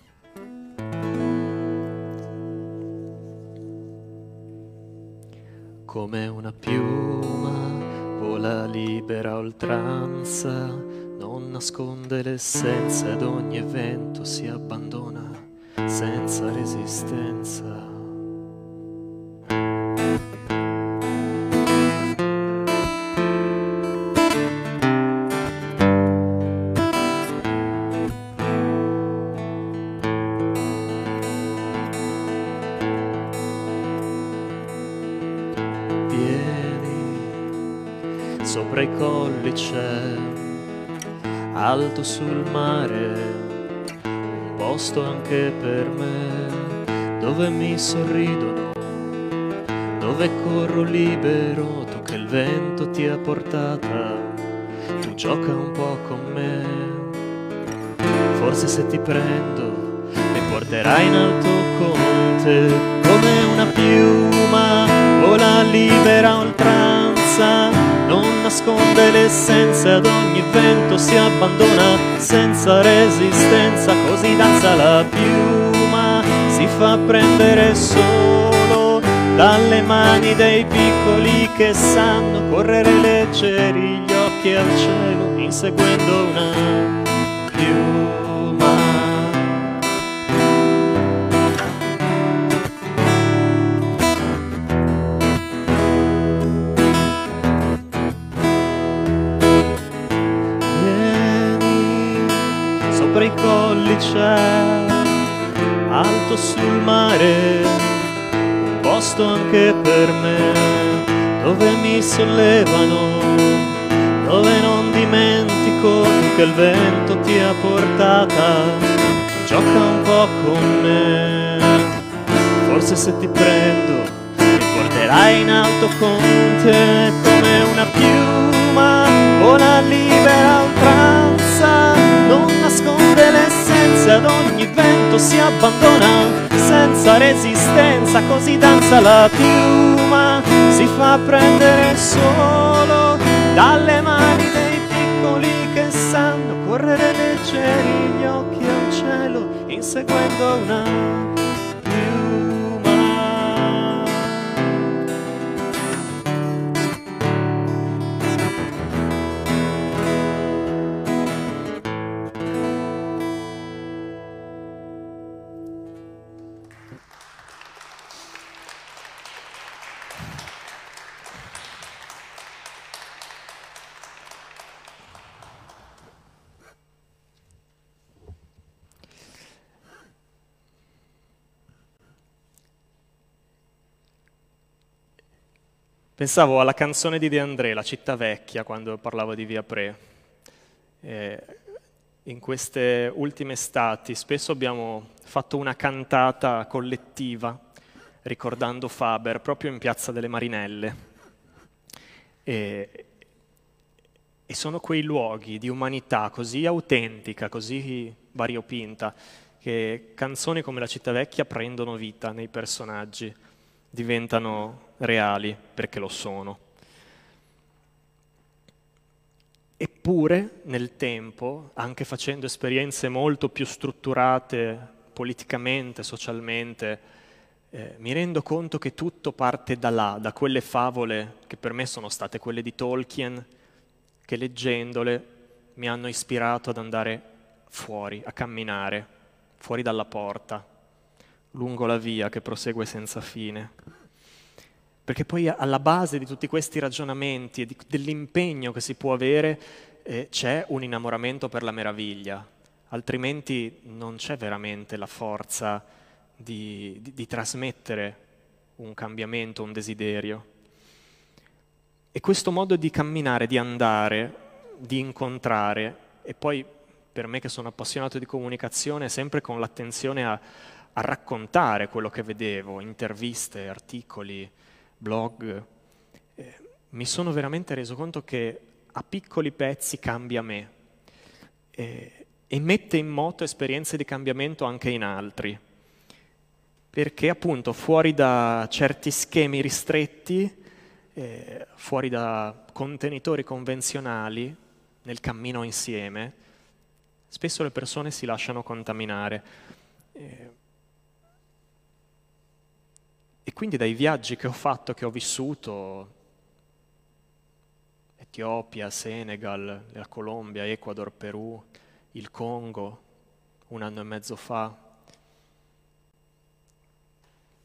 Come una piuma vola libera a oltranza, non nasconde l'essenza ed ogni evento si abbandona senza resistenza. Sopra i colli c'è, alto sul mare, un posto anche per me, dove mi sorridono, dove corro libero, tu che il vento ti ha portata, tu gioca un po' con me, forse se ti prendo mi porterai in alto con te, come una piuma vola libera oltranza. Non nasconde l'essenza, ad ogni vento si abbandona senza resistenza, così danza la piuma, si fa prendere solo dalle mani dei piccoli che sanno correre leggeri, gli occhi al cielo, inseguendo una piuma. Sopra i colli c'è, alto sul mare, un posto anche per me, dove mi sollevano, dove non dimentico tu che il vento ti ha portata, gioca un po' con me, forse se ti prendo mi porterai in alto con te, come una piuma vola libera a oltranza. Non nasconde l'essenza, ad ogni vento si abbandona senza resistenza, così danza la piuma, si fa prendere solo dalle mani dei piccoli che sanno correre leggeri, gli occhi al cielo, inseguendo una piuma. Pensavo alla canzone di De André, La città vecchia, quando parlavo di Via Pre. In queste ultime estati spesso abbiamo fatto una cantata collettiva ricordando Faber proprio in Piazza delle Marinelle. E sono quei luoghi di umanità così autentica, così variopinta, che canzoni come La città vecchia prendono vita nei personaggi, diventano reali perché lo sono. Eppure nel tempo, anche facendo esperienze molto più strutturate politicamente, socialmente, mi rendo conto che tutto parte da là, da quelle favole che per me sono state quelle di Tolkien, che leggendole mi hanno ispirato ad andare fuori, a camminare, fuori dalla porta, lungo la via che prosegue senza fine. Perché poi alla base di tutti questi ragionamenti e dell'impegno che si può avere c'è un innamoramento per la meraviglia, altrimenti non c'è veramente la forza di trasmettere un cambiamento, un desiderio. E questo modo di camminare, di andare, di incontrare, e poi per me che sono appassionato di comunicazione, sempre con l'attenzione a raccontare quello che vedevo, interviste, articoli, blog, mi sono veramente reso conto che a piccoli pezzi cambia me e mette in moto esperienze di cambiamento anche in altri, perché appunto fuori da certi schemi ristretti, fuori da contenitori convenzionali, nel cammino insieme, spesso le persone si lasciano contaminare. E quindi dai viaggi che ho fatto, che ho vissuto, Etiopia, Senegal, la Colombia, Ecuador, Perù, il Congo, 1 anno e mezzo fa,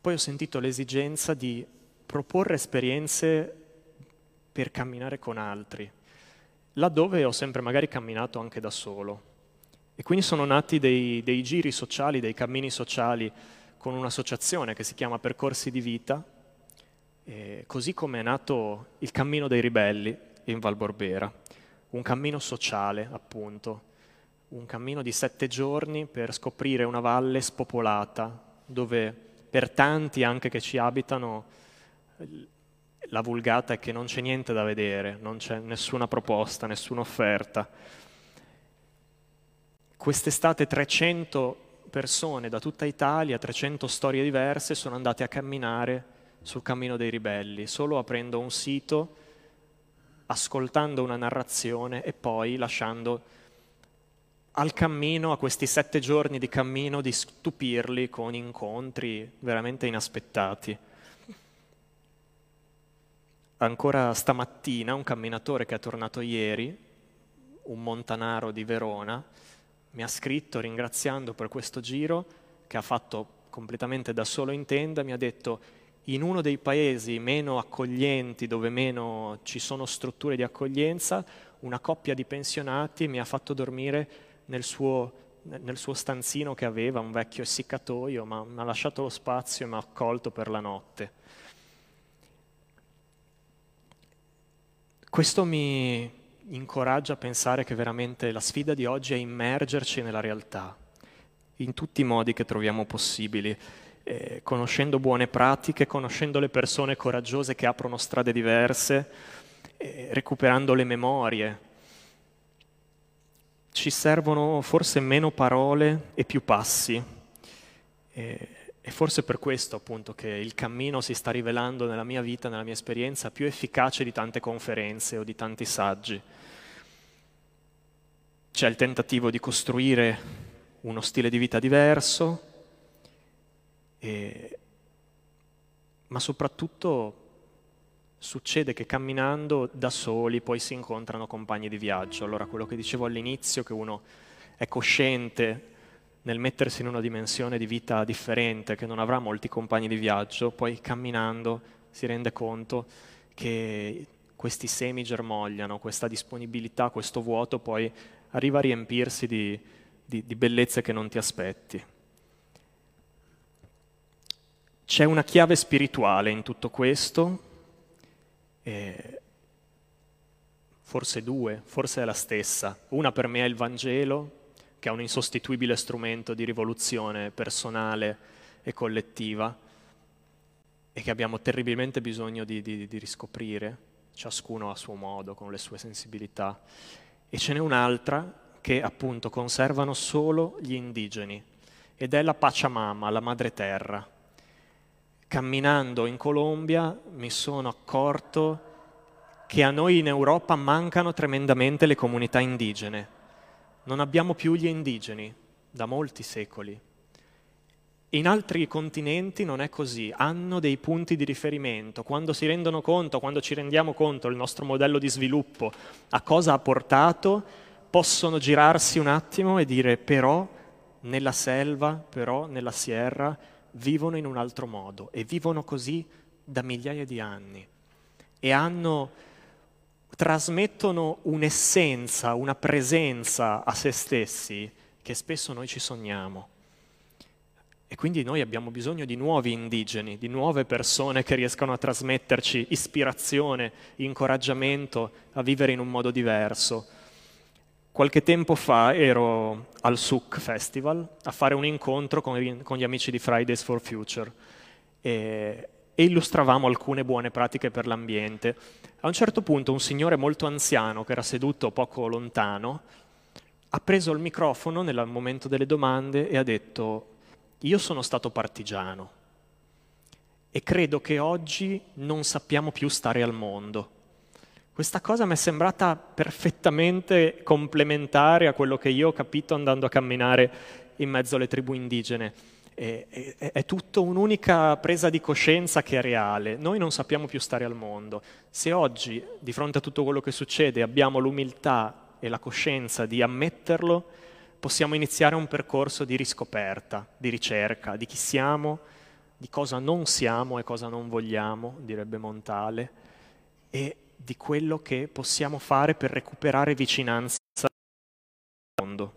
poi ho sentito l'esigenza di proporre esperienze per camminare con altri, laddove ho sempre magari camminato anche da solo. E quindi sono nati dei giri sociali, dei cammini sociali con un'associazione che si chiama Percorsi di Vita, così come è nato il Cammino dei Ribelli in Val Borbera, un cammino sociale appunto, un cammino di 7 giorni per scoprire una valle spopolata, dove per tanti anche che ci abitano la vulgata è che non c'è niente da vedere, non c'è nessuna proposta, nessuna offerta. Quest'estate 300 persone da tutta Italia, 300 storie diverse, sono andate a camminare sul Cammino dei Ribelli, solo aprendo un sito, ascoltando una narrazione e poi lasciando al cammino, a questi 7 giorni di cammino, di stupirli con incontri veramente inaspettati. Ancora stamattina un camminatore che è tornato ieri, un montanaro di Verona, mi ha scritto ringraziando per questo giro che ha fatto completamente da solo in tenda, mi ha detto: in uno dei paesi meno accoglienti, dove meno ci sono strutture di accoglienza, una coppia di pensionati mi ha fatto dormire nel suo stanzino che aveva, un vecchio essiccatoio, ma mi ha lasciato lo spazio e mi ha accolto per la notte. Questo mi incoraggia a pensare che veramente la sfida di oggi è immergerci nella realtà, in tutti i modi che troviamo possibili, conoscendo buone pratiche, conoscendo le persone coraggiose che aprono strade diverse, recuperando le memorie. Ci servono forse meno parole e più passi. E forse per questo appunto che il cammino si sta rivelando nella mia vita, nella mia esperienza, più efficace di tante conferenze o di tanti saggi. C'è il tentativo di costruire uno stile di vita diverso, ma soprattutto succede che camminando da soli poi si incontrano compagni di viaggio. Allora quello che dicevo all'inizio, che uno è cosciente nel mettersi in una dimensione di vita differente, che non avrà molti compagni di viaggio, poi camminando si rende conto che questi semi germogliano, questa disponibilità, questo vuoto poi arriva a riempirsi di bellezze che non ti aspetti. C'è una chiave spirituale in tutto questo, forse 2, forse è la stessa. Una per me è il Vangelo, che è un insostituibile strumento di rivoluzione personale e collettiva e che abbiamo terribilmente bisogno di riscoprire, ciascuno a suo modo, con le sue sensibilità. E ce n'è un'altra che appunto conservano solo gli indigeni, ed è la Pachamama, la Madre Terra. Camminando in Colombia mi sono accorto che a noi in Europa mancano tremendamente le comunità indigene. Non abbiamo più gli indigeni da molti secoli. In altri continenti non è così, hanno dei punti di riferimento. Quando si rendono conto, quando ci rendiamo conto il nostro modello di sviluppo a cosa ha portato, possono girarsi un attimo e dire: però nella selva, però nella sierra vivono in un altro modo, e vivono così da migliaia di anni e trasmettono un'essenza, una presenza a se stessi che spesso noi ci sogniamo. E quindi noi abbiamo bisogno di nuovi indigeni, di nuove persone che riescano a trasmetterci ispirazione, incoraggiamento a vivere in un modo diverso. Qualche tempo fa ero al Souk Festival a fare un incontro con gli amici di Fridays for Future e illustravamo alcune buone pratiche per l'ambiente. A un certo punto un signore molto anziano che era seduto poco lontano ha preso il microfono nel momento delle domande e ha detto: io sono stato partigiano e credo che oggi non sappiamo più stare al mondo. Questa cosa mi è sembrata perfettamente complementare a quello che io ho capito andando a camminare in mezzo alle tribù indigene. È tutto un'unica presa di coscienza che è reale. Noi non sappiamo più stare al mondo. Se oggi, di fronte a tutto quello che succede, abbiamo l'umiltà e la coscienza di ammetterlo, possiamo iniziare un percorso di riscoperta, di ricerca di chi siamo, di cosa non siamo e cosa non vogliamo, direbbe Montale, e di quello che possiamo fare per recuperare vicinanza al mondo.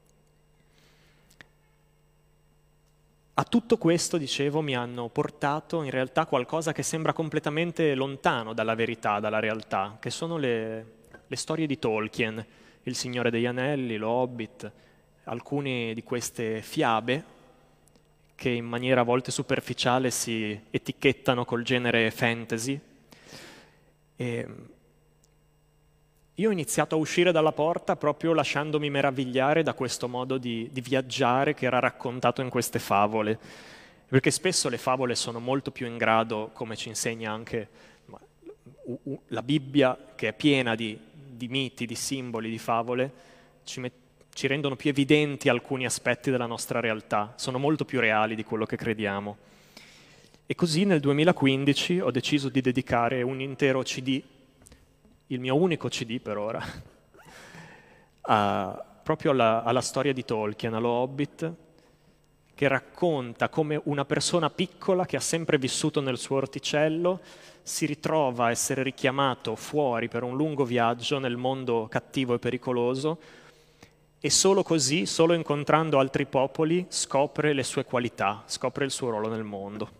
A tutto questo, dicevo, mi hanno portato in realtà qualcosa che sembra completamente lontano dalla verità, dalla realtà, che sono le storie di Tolkien, Il Signore degli Anelli, Lo Hobbit, alcune di queste fiabe che in maniera a volte superficiale si etichettano col genere fantasy. E io ho iniziato a uscire dalla porta proprio lasciandomi meravigliare da questo modo di viaggiare che era raccontato in queste favole, perché spesso le favole sono molto più in grado, come ci insegna anche la Bibbia, che è piena di miti, di simboli, di favole, ci rendono più evidenti alcuni aspetti della nostra realtà, sono molto più reali di quello che crediamo. E così nel 2015 ho deciso di dedicare un intero CD, il mio unico CD per ora, proprio alla storia di Tolkien, allo Hobbit, che racconta come una persona piccola che ha sempre vissuto nel suo orticello si ritrova a essere richiamato fuori per un lungo viaggio nel mondo cattivo e pericoloso, e solo così, solo incontrando altri popoli, scopre le sue qualità, scopre il suo ruolo nel mondo.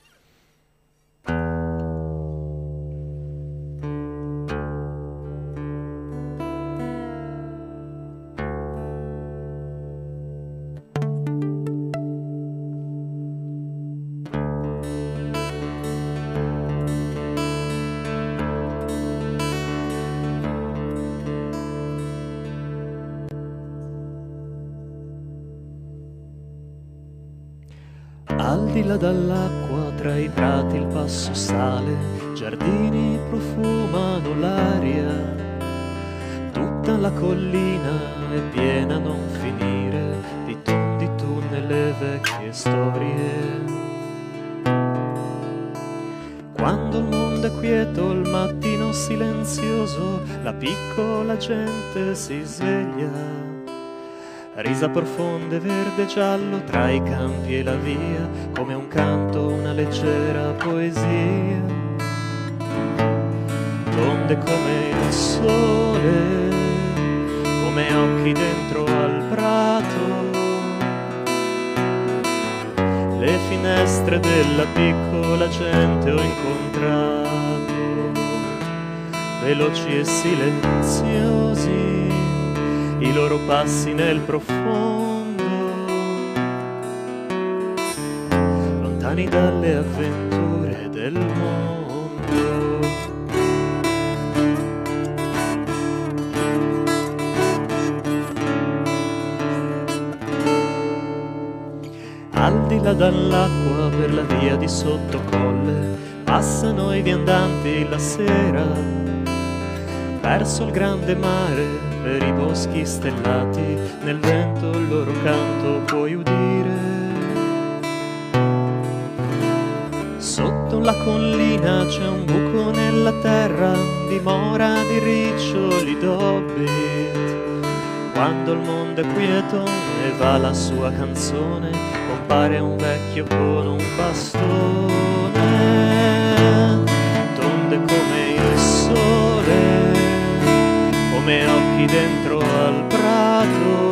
Al di là dall'acqua, tra i prati il passo sale, giardini profumano l'aria, tutta la collina è piena a non finire di tondi tunnel e vecchie storie. Quando il mondo è quieto, il mattino silenzioso, la piccola gente si sveglia. Risa profonde, verde e giallo, tra i campi e la via, come un canto, una leggera poesia. Onde come il sole, come occhi dentro al prato. Le finestre della piccola gente ho incontrato, veloci e silenziosi, i loro passi nel profondo, lontani dalle avventure del mondo. Al di là dall'acqua, per la via di sottocolle, passano i viandanti la sera, verso il grande mare, per i boschi stellati, nel vento il loro canto puoi udire. Sotto la collina c'è un buco nella terra, dimora di riccioli d'hobbit. Quando il mondo è quieto e va la sua canzone, compare un vecchio con un bastone, tonde come il sole, come occhi dentro al prato.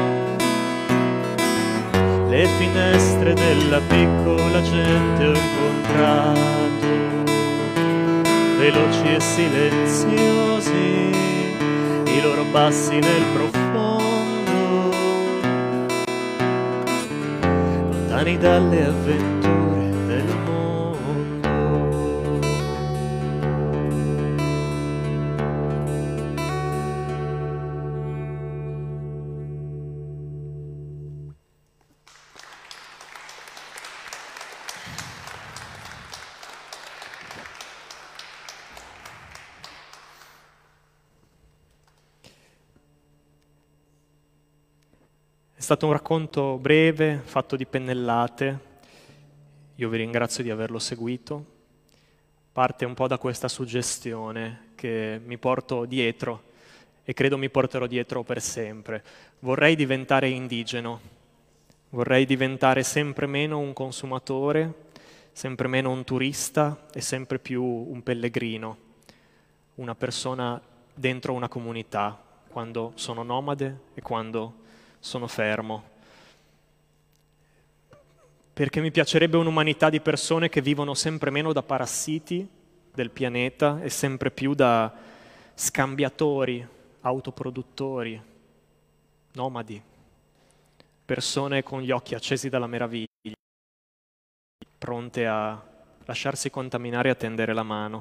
Le finestre della piccola gente ho incontrato, veloci e silenziosi, i loro passi nel profondo, lontani dalle avventure del mondo. È stato un racconto breve, fatto di pennellate. Io vi ringrazio di averlo seguito. Parte un po' da questa suggestione che mi porto dietro e credo mi porterò dietro per sempre. Vorrei diventare indigeno, vorrei diventare sempre meno un consumatore sempre meno un turista e sempre più un pellegrino, una persona dentro una comunità, quando sono nomade e quando sono fermo. Perché mi piacerebbe un'umanità di persone che vivono sempre meno da parassiti del pianeta e sempre più da scambiatori, autoproduttori, nomadi, persone con gli occhi accesi dalla meraviglia, pronte a lasciarsi contaminare e a tendere la mano.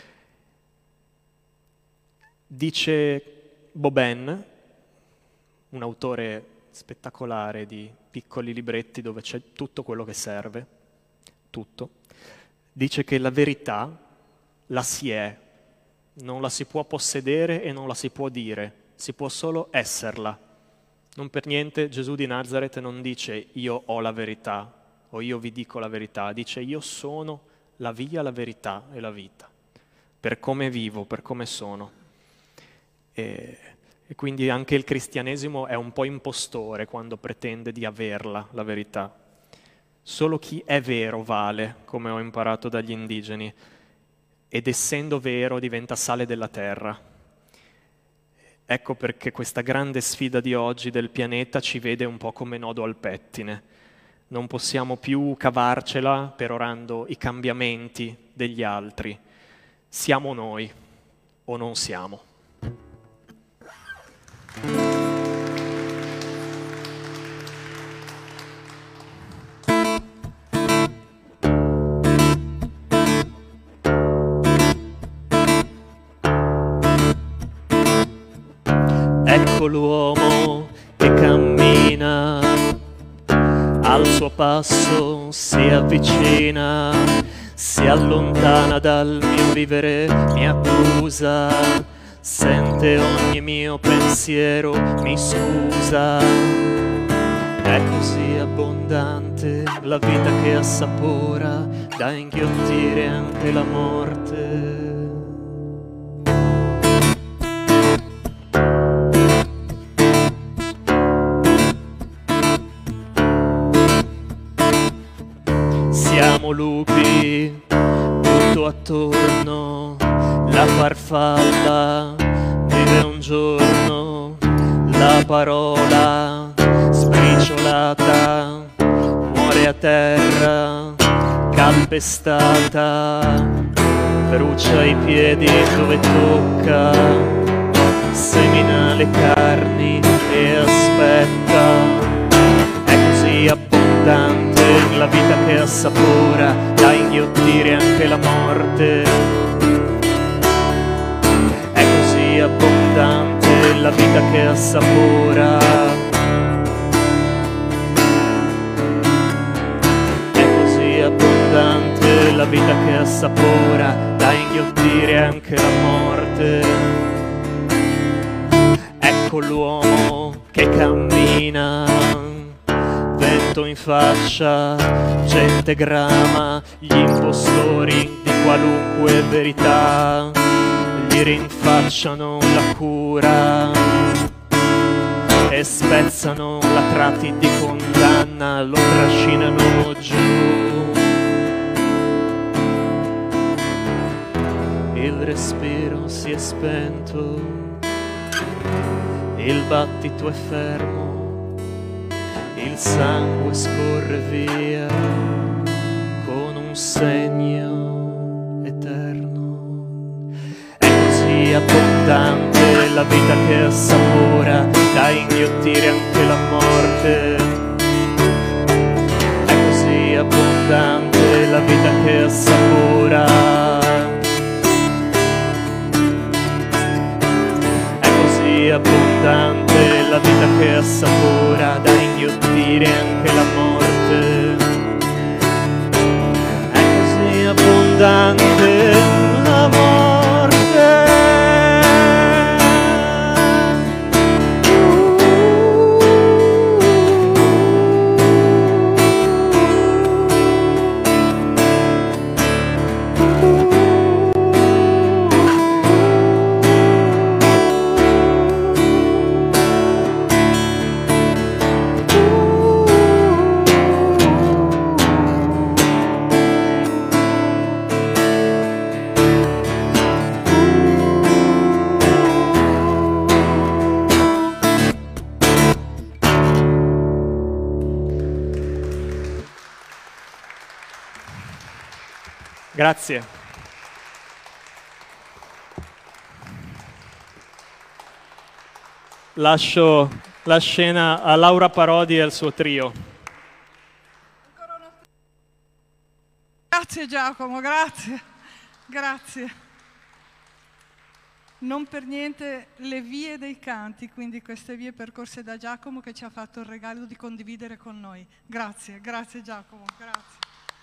Dice Boben, un autore spettacolare di piccoli libretti dove c'è tutto quello che serve, tutto, dice che la verità la si è, non la si può possedere e non la si può dire, si può solo esserla. Non per niente Gesù di Nazaret non dice io ho la verità o io vi dico la verità, dice io sono la via, la verità e la vita, per come vivo, per come sono. E quindi anche il cristianesimo è un po' impostore quando pretende di averla, la verità. Solo chi è vero vale, come ho imparato dagli indigeni, ed essendo vero diventa sale della terra. Ecco perché questa grande sfida di oggi del pianeta ci vede un po' come nodo al pettine. Non possiamo più cavarcela perorando i cambiamenti degli altri. Siamo noi o non siamo. Ecco l'uomo che cammina, al suo passo si avvicina, si allontana dal mio vivere, mi accusa, sente ogni mio pensiero, mi scusa. È così abbondante la vita che assapora, da inghiottire anche la morte. Siamo lupi, tutto attorno, la farfalla vive un giorno, la parola sbriciolata muore a terra, calpestata, brucia i piedi dove tocca, semina le carni e aspetta. È così abbondante la vita che assapora, da inghiottire anche la morte. È così abbondante la vita che assapora. È così abbondante la vita che assapora, da inghiottire anche la morte. Ecco l'uomo che cammina, vento in faccia, gente grama, gli impostori di qualunque verità, gli rinfacciano la cura e spezzano la trati di condanna, lo trascinano giù. Il respiro si è spento, il battito è fermo, il sangue scorre via con un segno eterno. È così abbondante la vita che assapora, da inghiottire anche la morte. È così abbondante la vita che assapora. È così abbondante la vita che assapora, da inghiottire anche la morte. È così abbondante la morte. Grazie. Lascio la scena a Laura Parodi e al suo trio. Grazie Giacomo, grazie. Grazie. Non per niente le vie dei canti, quindi queste vie percorse da Giacomo che ci ha fatto il regalo di condividere con noi. Grazie, grazie Giacomo, grazie.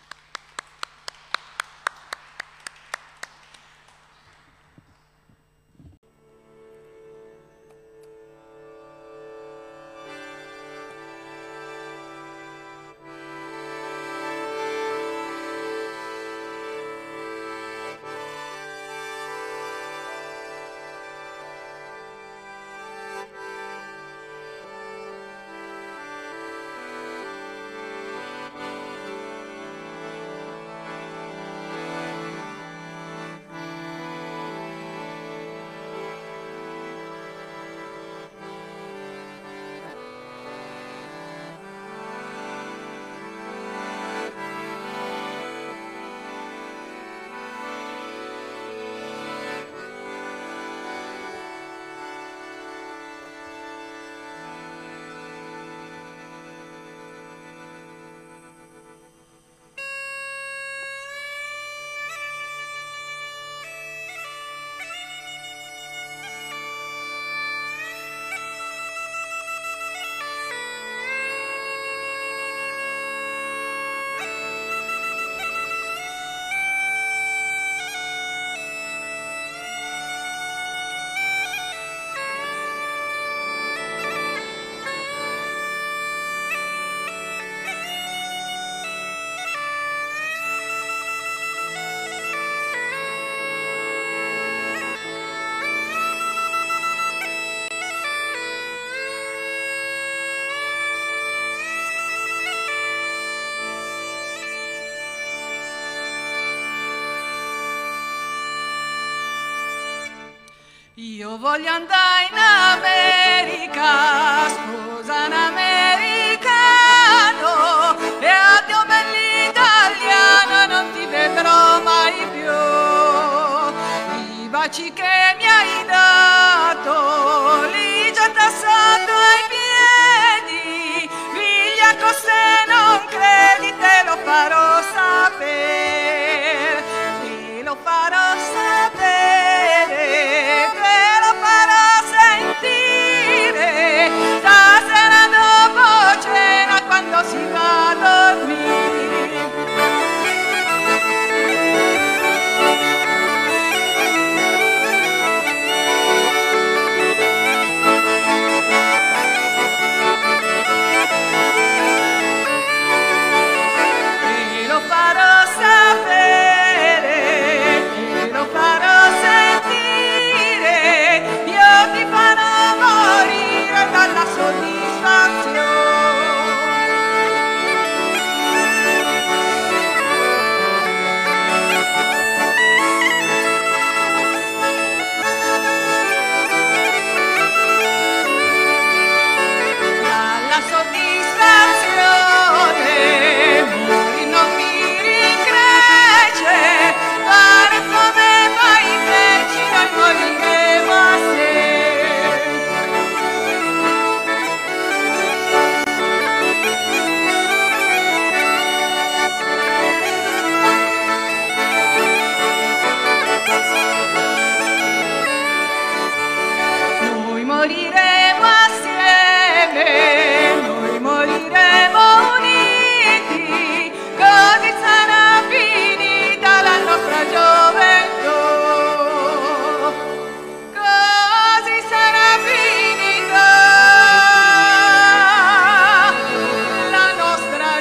Io voglio andare in America, sposa un americano, e addio bell'italiano, non ti vedrò mai più. I baci che mi hai dato, li getta sotto ai piedi, vigliacco se non credi te lo farò sapere, te lo farò sapere. Stasera dopo cena quando si va a dormire. Te lo farò sapere, te lo farò sentire, io ti farò morire dalla soddisfazione. Dalla soddisfazione muori, non mi rincresce, fare come fai invece, noi moriremo assieme. Noi moriremo assieme, noi moriremo uniti, così sarà finita la nostra gioventù, così sarà finita la nostra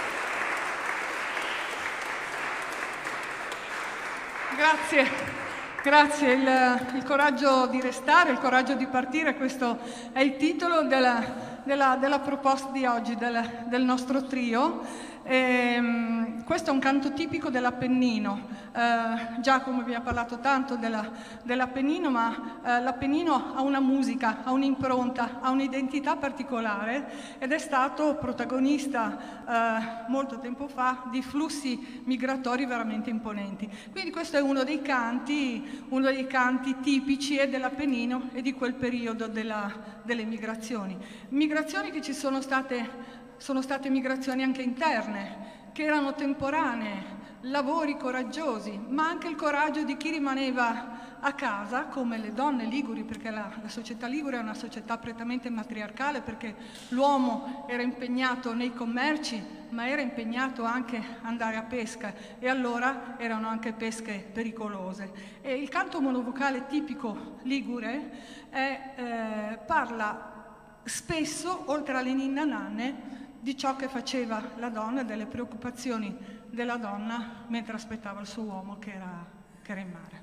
Grazie, Grazie, il coraggio di restare, il coraggio di partire, questo è il titolo della proposta di oggi, del nostro trio. Questo è un canto tipico dell'Appennino. Giacomo vi ha parlato tanto dell'Appennino, ma l'Appennino ha una musica, ha un'impronta, ha un'identità particolare ed è stato protagonista molto tempo fa di flussi migratori veramente imponenti. Quindi questo è uno dei canti tipici dell'Appennino e di quel periodo delle migrazioni. Migrazioni che ci sono state migrazioni anche interne, che erano temporanee, lavori coraggiosi, ma anche il coraggio di chi rimaneva a casa, come le donne liguri, perché la società ligure è una società prettamente matriarcale, perché l'uomo era impegnato nei commerci, ma era impegnato anche ad andare a pesca, e allora erano anche pesche pericolose. E il canto monovocale tipico ligure parla spesso, oltre alle ninna nanne, di ciò che faceva la donna, delle preoccupazioni della donna mentre aspettava il suo uomo che era in mare.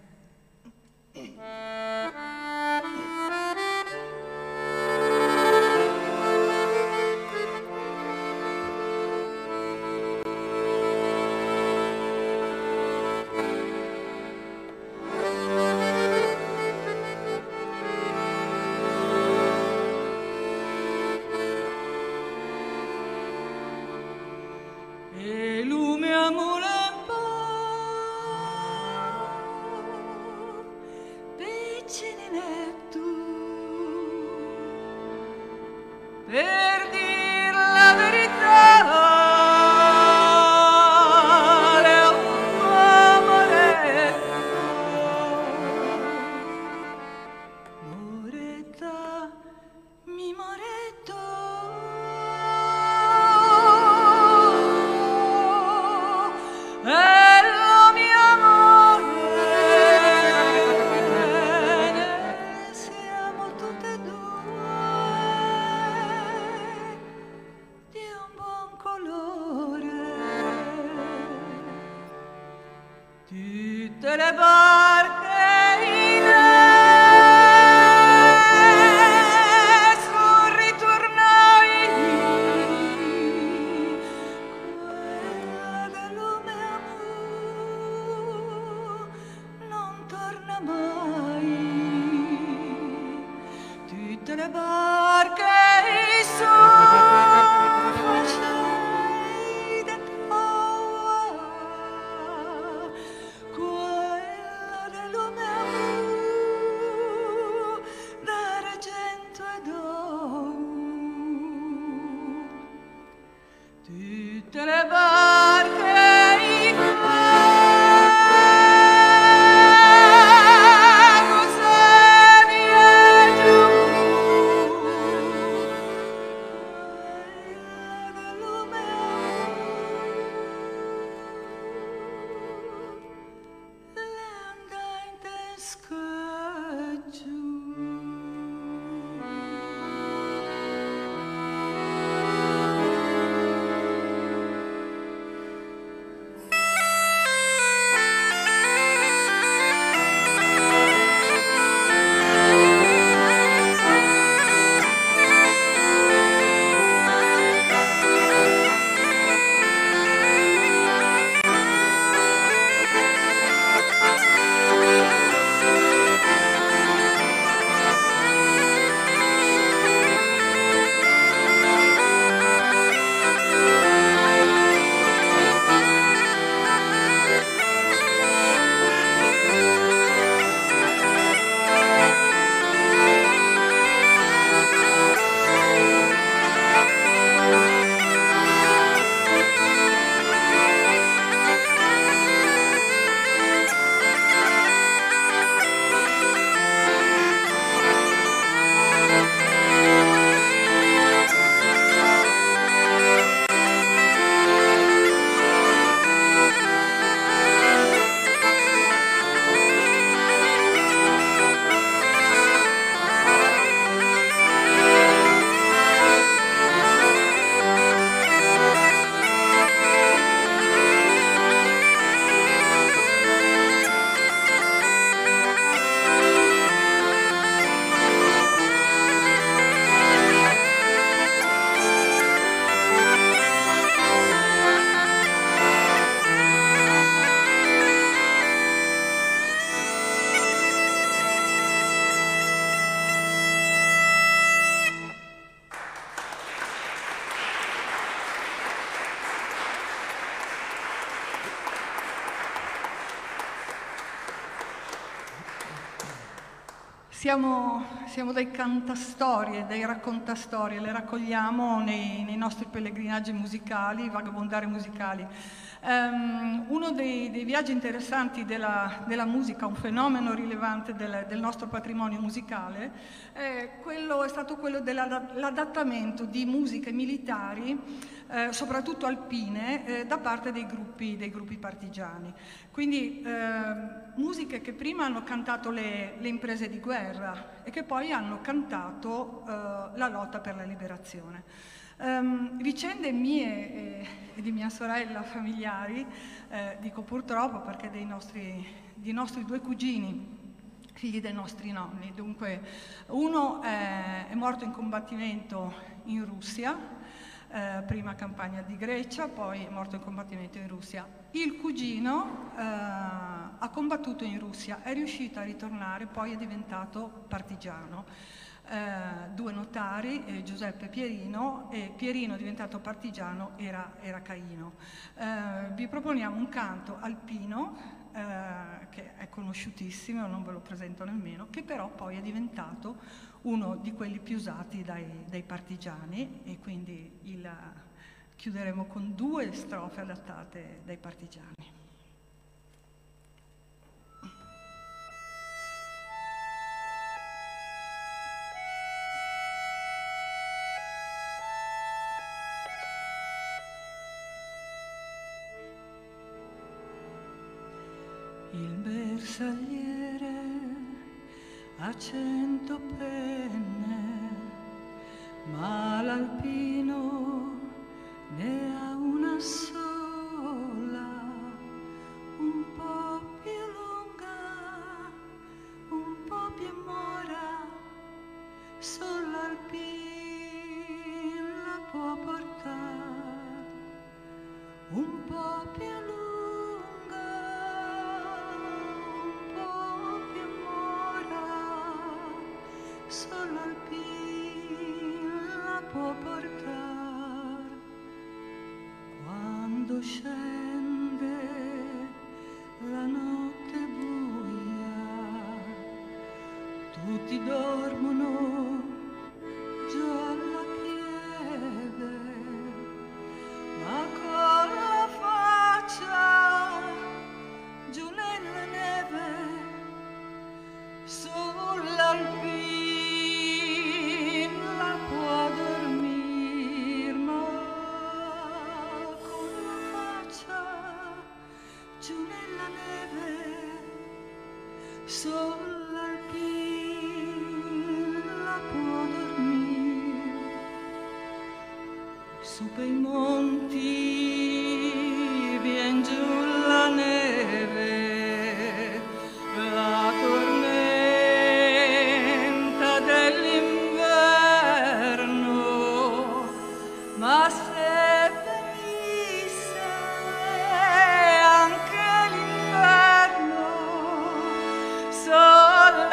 Per dir la verità, le Moretta, mi moretto, e lo mio amore, siamo tutte e due di un buon colore. Tutte le barche in son ritornai, quella dell'uomo non torna mai. Tutte le barche sono facite quella dell'uomo d'argento ed oro. Tutte le barche Siamo dei cantastorie, dei raccontastorie, le raccogliamo nei nostri pellegrinaggi musicali, vagabondari musicali. Uno dei viaggi interessanti della musica, un fenomeno rilevante del nostro patrimonio musicale, è stato quello dell'adattamento di musiche militari, soprattutto alpine, da parte dei gruppi partigiani. Quindi musiche che prima hanno cantato le imprese di guerra e che poi hanno cantato la lotta per la liberazione. Vicende mie e di mia sorella familiari, dico purtroppo perché dei nostri due cugini, figli dei nostri nonni. Dunque, uno è morto in combattimento in Russia, prima campagna di Grecia, poi è morto in combattimento in Russia. Il cugino ha combattuto in Russia, è riuscito a ritornare, poi è diventato partigiano. Due notari, Giuseppe e Pierino, e Pierino diventato partigiano era Caino. Vi proponiamo un canto alpino che è conosciutissimo, non ve lo presento nemmeno, che però poi è diventato uno di quelli più usati dai partigiani, e quindi chiuderemo con 2 strofe adattate dai partigiani. Il bersagliere ha 100 penne, ma l'alpino ne ha una sola, un po' più lunga, un po' più mora, solo l'alpino la può portare, un po' più lunga, solo alpino la può portare. Quando scende la notte buia, tutti dormono giù alla pieve, ma con la faccia giù nella neve, sull'alpino può dormire, ma con la faccia giù nella neve, sull'alpino può dormire. Su per i monti vien giù la neve, la tormenta dell'inverno, ma se venisse anche l'inverno, solo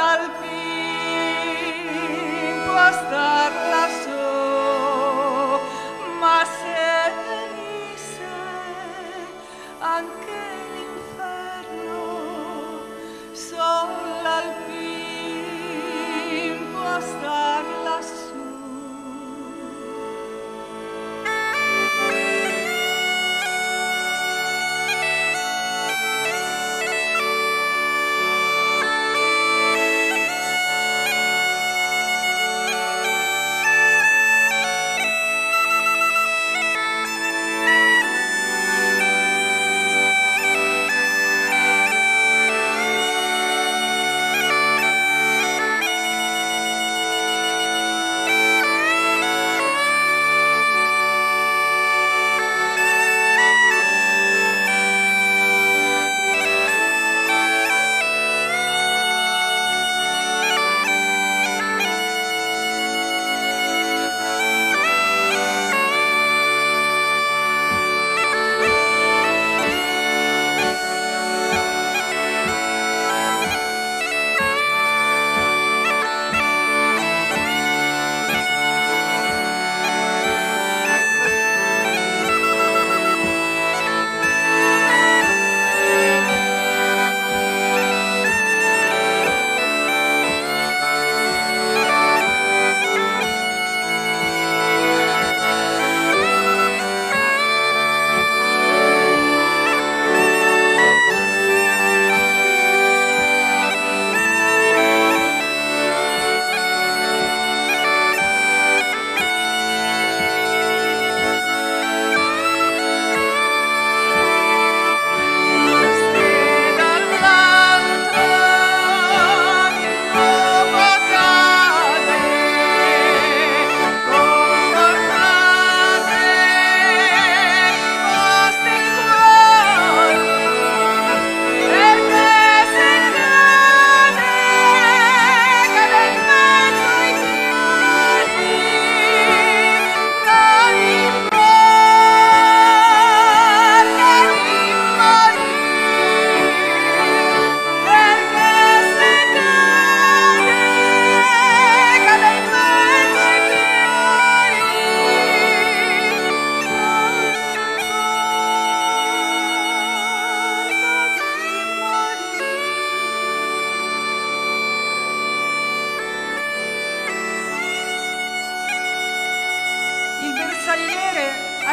l'alpino può star lassù, ma se venisse anche l'inferno, solo l'alpino può star lassù.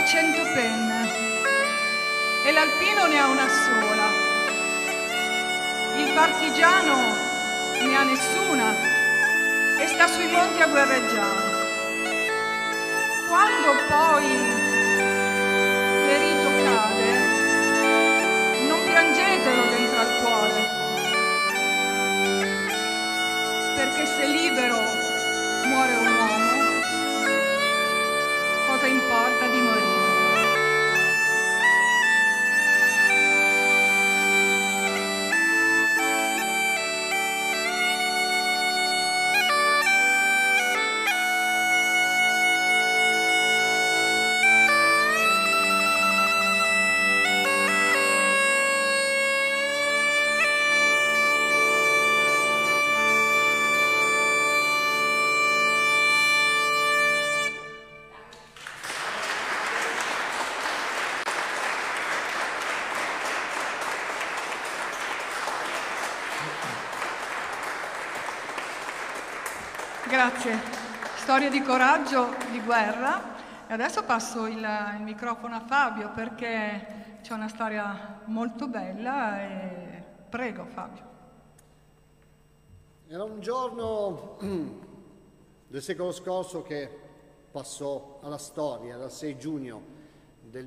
100 penne e l'alpino ne ha una sola. Il partigiano ne ha nessuna e sta sui monti a guerreggiare. Quando poi ferito cade, non piangetelo dentro al cuore, perché se libero muore un uomo, cosa importa di morire? Grazie, storia di coraggio, di guerra. E adesso passo il microfono a Fabio perché c'è una storia molto bella e prego Fabio. Era un giorno del secolo scorso che passò alla storia, era il 6 giugno del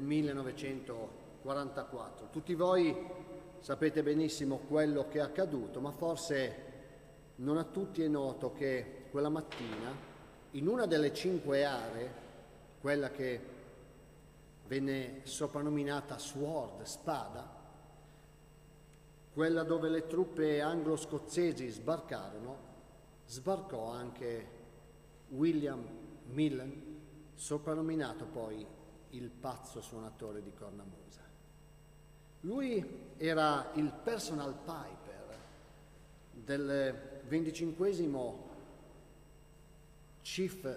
1944. Tutti voi sapete benissimo quello che è accaduto, ma forse non a tutti è noto che quella mattina, in una delle 5 aree, quella che venne soprannominata Sword, spada, quella dove le truppe anglo-scozzesi sbarcarono, sbarcò anche William Millen, soprannominato poi il pazzo suonatore di cornamusa. Lui era il personal piper del 25° chief,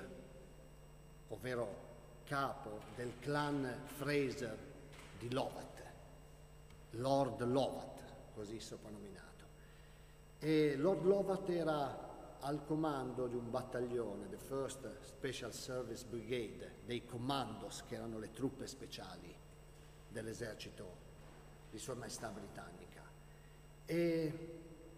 ovvero capo del clan Fraser di Lovat, Lord Lovat, così soprannominato. E Lord Lovat era al comando di un battaglione, the First Special Service Brigade, dei commandos, che erano le truppe speciali dell'esercito di Sua Maestà britannica. E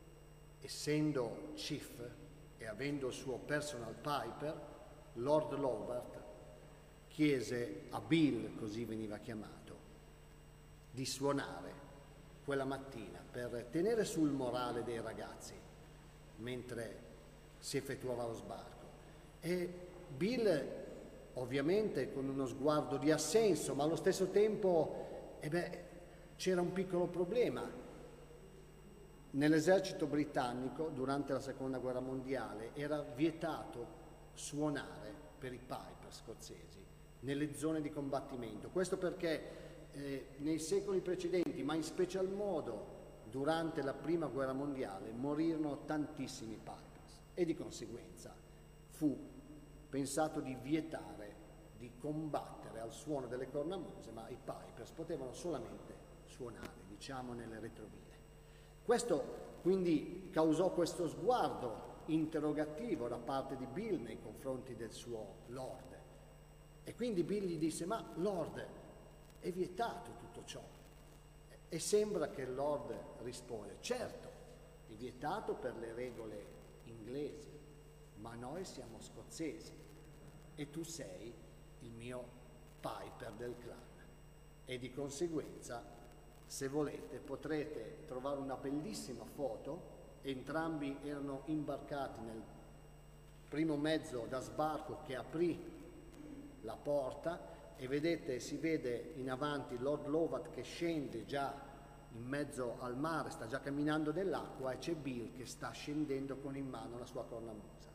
essendo chief e avendo il suo personal piper, Lord Lovat chiese a Bill, così veniva chiamato, di suonare quella mattina per tenere sul morale dei ragazzi mentre si effettuava lo sbarco. E Bill, ovviamente con uno sguardo di assenso, ma allo stesso tempo c'era un piccolo problema. Nell'esercito britannico, durante la Seconda Guerra Mondiale, era vietato suonare per i piper scozzesi nelle zone di combattimento. Questo perché nei secoli precedenti, ma in special modo durante la Prima Guerra Mondiale, morirono tantissimi pipers e di conseguenza fu pensato di vietare di combattere al suono delle cornamuse, ma i pipers potevano solamente suonare, diciamo, nelle retrovie. Questo quindi causò questo sguardo interrogativo da parte di Bill nei confronti del suo Lord. E quindi Bill gli disse: ma Lord, è vietato tutto ciò? E sembra che il Lord risponde: certo, è vietato per le regole inglesi, ma noi siamo scozzesi e tu sei il mio piper del clan. E di conseguenza, se volete, potrete trovare una bellissima foto. Entrambi erano imbarcati nel primo mezzo da sbarco che aprì la porta, e vedete, si vede in avanti Lord Lovat che scende già in mezzo al mare, sta già camminando nell'acqua, e c'è Bill che sta scendendo con in mano la sua cornamusa.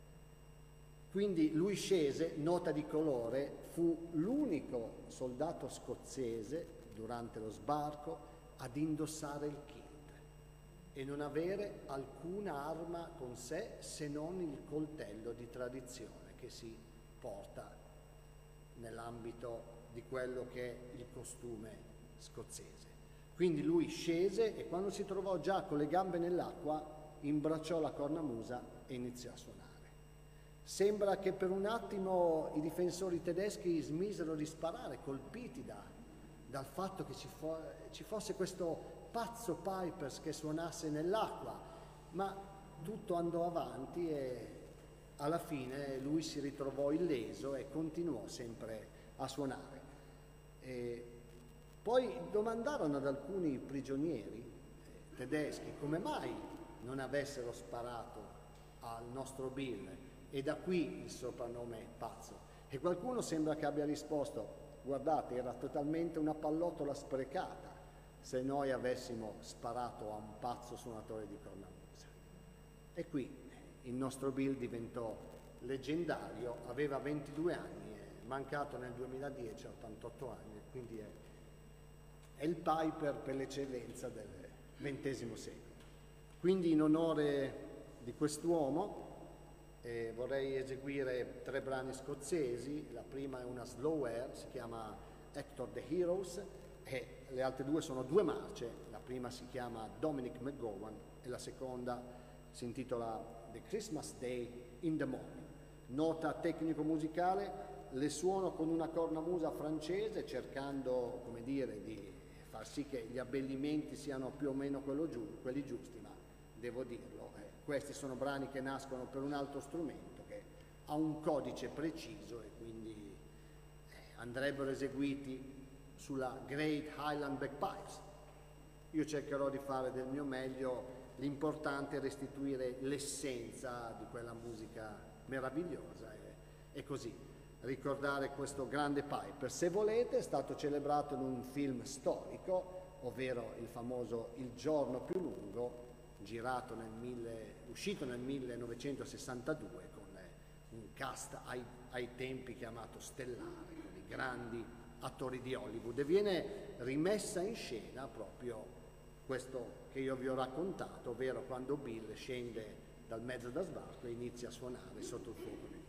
Quindi lui scese, nota di colore, fu l'unico soldato scozzese durante lo sbarco ad indossare il kilt e non avere alcuna arma con sé se non il coltello di tradizione che si porta nell'ambito di quello che è il costume scozzese. Quindi lui scese e quando si trovò già con le gambe nell'acqua imbracciò la cornamusa e iniziò a suonare. Sembra che per un attimo i difensori tedeschi smisero di sparare, colpiti dal fatto che ci fosse questo pazzo Pipers che suonasse nell'acqua, ma tutto andò avanti e alla fine lui si ritrovò illeso e continuò sempre a suonare. Poi domandarono ad alcuni prigionieri tedeschi come mai non avessero sparato al nostro Bill, e da qui il soprannome pazzo. E qualcuno sembra che abbia risposto: guardate, era totalmente una pallottola sprecata se noi avessimo sparato a un pazzo suonatore di cornamusa. E qui il nostro Bill diventò leggendario, aveva 22 anni, è mancato nel 2010, a 88 anni, quindi è il Piper per l'eccellenza del XX secolo. Quindi in onore di quest'uomo vorrei eseguire 3 brani scozzesi. La prima è una slow air, si chiama Hector the Heroes, e le altre 2 sono 2 marce. La prima si chiama Dominic McGowan e la seconda si intitola The Christmas Day in the Morning. Nota tecnico-musicale: le suono con una cornamusa francese, cercando, come dire, di far sì che gli abbellimenti siano più o meno quelli giusti, ma devo dirlo, questi sono brani che nascono per un altro strumento che ha un codice preciso e quindi andrebbero eseguiti sulla Great Highland Bagpipes. Io cercherò di fare del mio meglio, l'importante è restituire l'essenza di quella musica meravigliosa e così ricordare questo grande piper. Se volete, è stato celebrato in un film storico, ovvero il famoso Il giorno più lungo, uscito nel 1962 con un cast ai tempi chiamato stellare, con i grandi attori di Hollywood, e viene rimessa in scena proprio questo che io vi ho raccontato, ovvero quando Bill scende dal mezzo da sbarco e inizia a suonare sotto il fuoco nemico.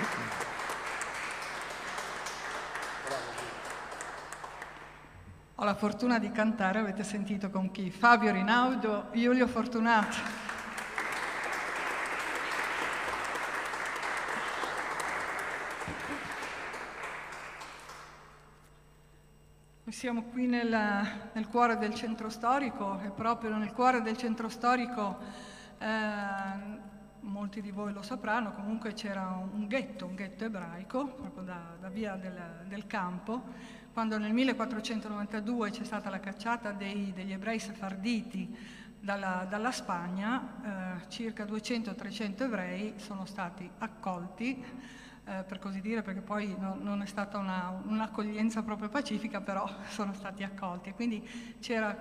Ho la fortuna di cantare, avete sentito con chi? Fabio Rinaudo, Giulio Fortunato. Siamo qui nel cuore del centro storico e proprio nel cuore del centro storico, molti di voi lo sapranno, comunque c'era un ghetto ebraico, proprio da via del Campo, quando nel 1492 c'è stata la cacciata degli ebrei sefarditi dalla Spagna, circa 200-300 ebrei sono stati accolti, per così dire, perché poi non è stata un'accoglienza proprio pacifica, però sono stati accolti. E quindi c'era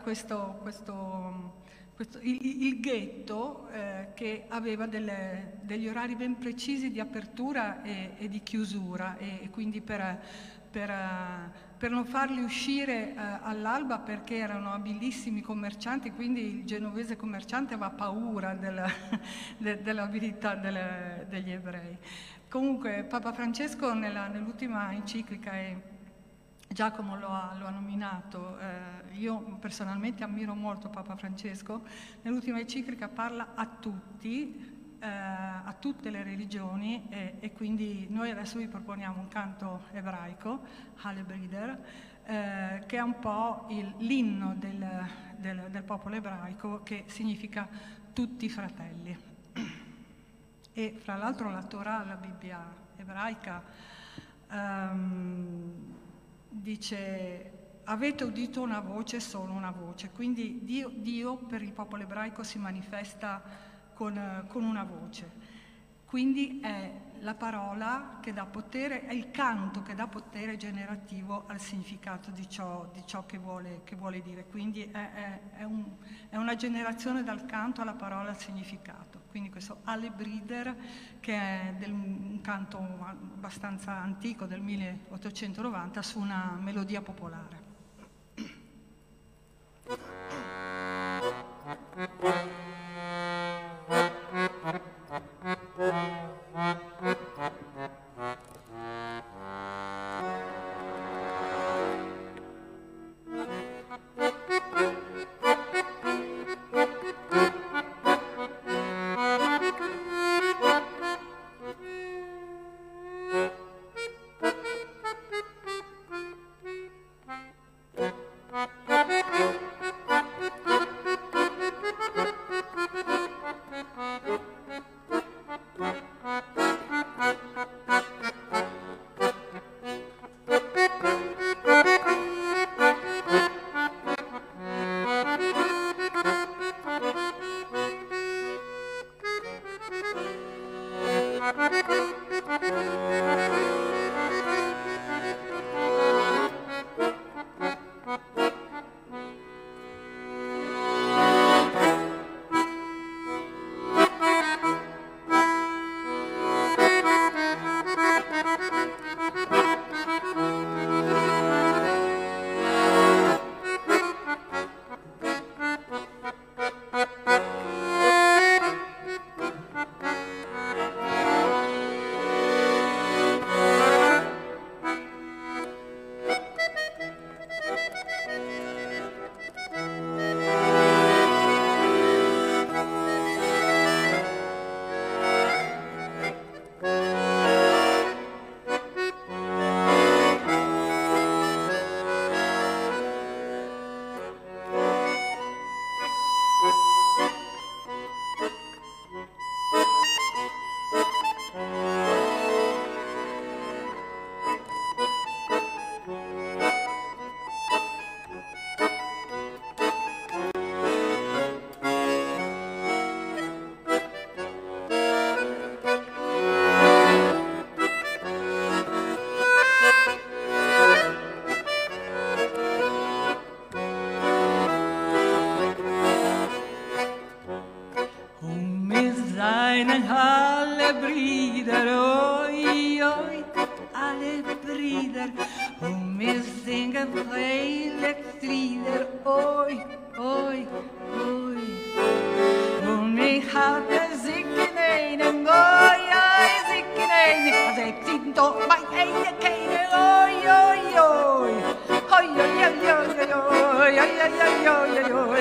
il ghetto che aveva degli orari ben precisi di apertura e di chiusura, e quindi per non farli uscire all'alba, perché erano abilissimi commercianti, quindi il genovese commerciante aveva paura dell'abilità degli ebrei. Comunque Papa Francesco nell'ultima enciclica, e Giacomo lo ha nominato, io personalmente ammiro molto Papa Francesco, nell'ultima enciclica parla a tutti, a tutte le religioni, e quindi noi adesso vi proponiamo un canto ebraico, Halebrider, che è un po' l'inno del popolo ebraico, che significa tutti fratelli. E fra l'altro la Torah, la Bibbia ebraica, dice: avete udito una voce, solo una voce. Quindi Dio per il popolo ebraico si manifesta con una voce. Quindi è la parola che dà potere, è il canto che dà potere generativo al significato di ciò che vuole dire. Quindi è una generazione dal canto alla parola al significato. Quindi questo Halebrider, che è un canto abbastanza antico, del 1890, su una melodia popolare. Seinen Halebrider, oi, oi, Halebrider, wir singen freilich Lieder, oi, oi, oi. Und ich hatte sich in einen, oi, oi, sich in einen, also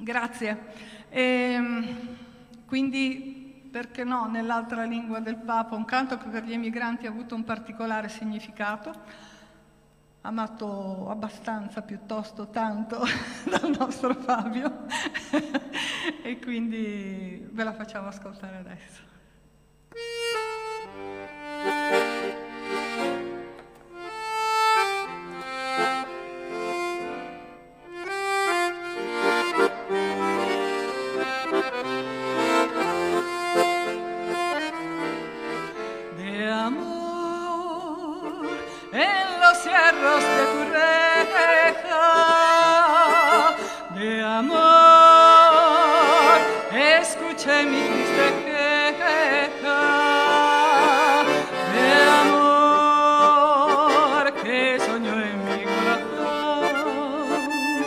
Grazie. Quindi, perché no, nell'altra lingua del Papa, un canto che per gli emigranti ha avuto un particolare significato, amato abbastanza, piuttosto tanto, dal nostro Fabio, e quindi ve la facciamo ascoltare adesso. Cierros de tu reja de amor, escuché mi triste queja de amor que soñó en mi corazón,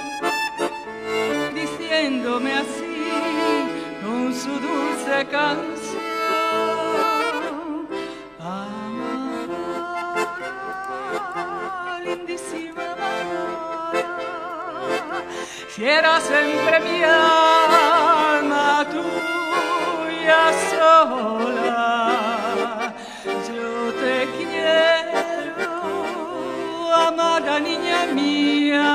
diciéndome así con su dulce canción. Si era sempre mi alma tuya sola, yo te quiero, amada niña mía,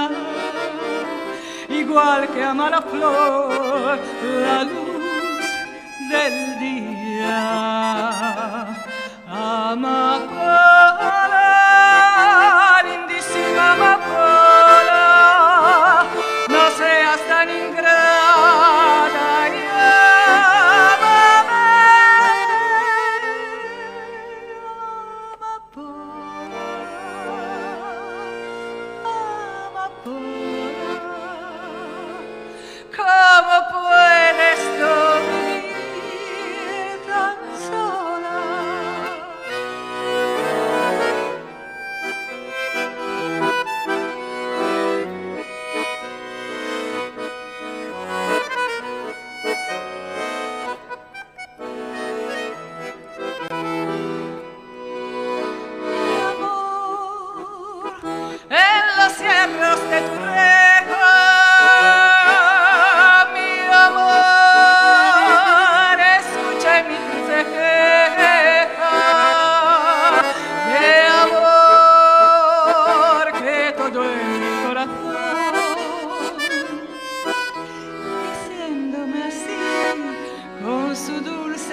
igual que ama la flor, la luz del día. Amapola, lindísima amapola, no seas tan ingrata y ámame, amapola, amapola, ¿cómo puedes tú vivir tan sola? De tu reja, mi amor, escucha mi triste queja de amor que todo en mi corazón, diciéndome así con su dulce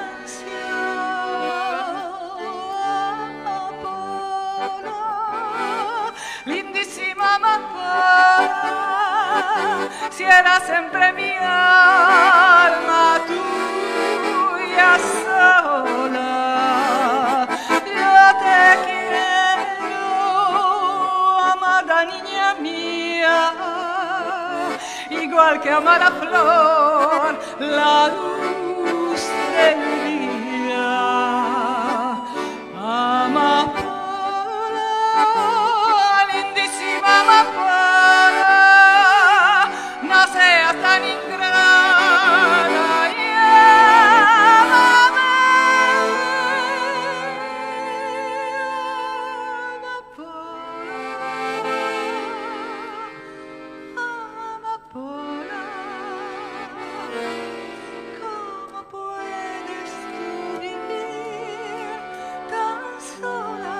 si era sempre mi alma tuya sola, yo te quiero, amada niña mía, igual que ama la flor, la luz del día. Amapola, lindísima amapola, no seas tan ingrata y ámame, amapola, ¿cómo puedes tú vivir tan sola?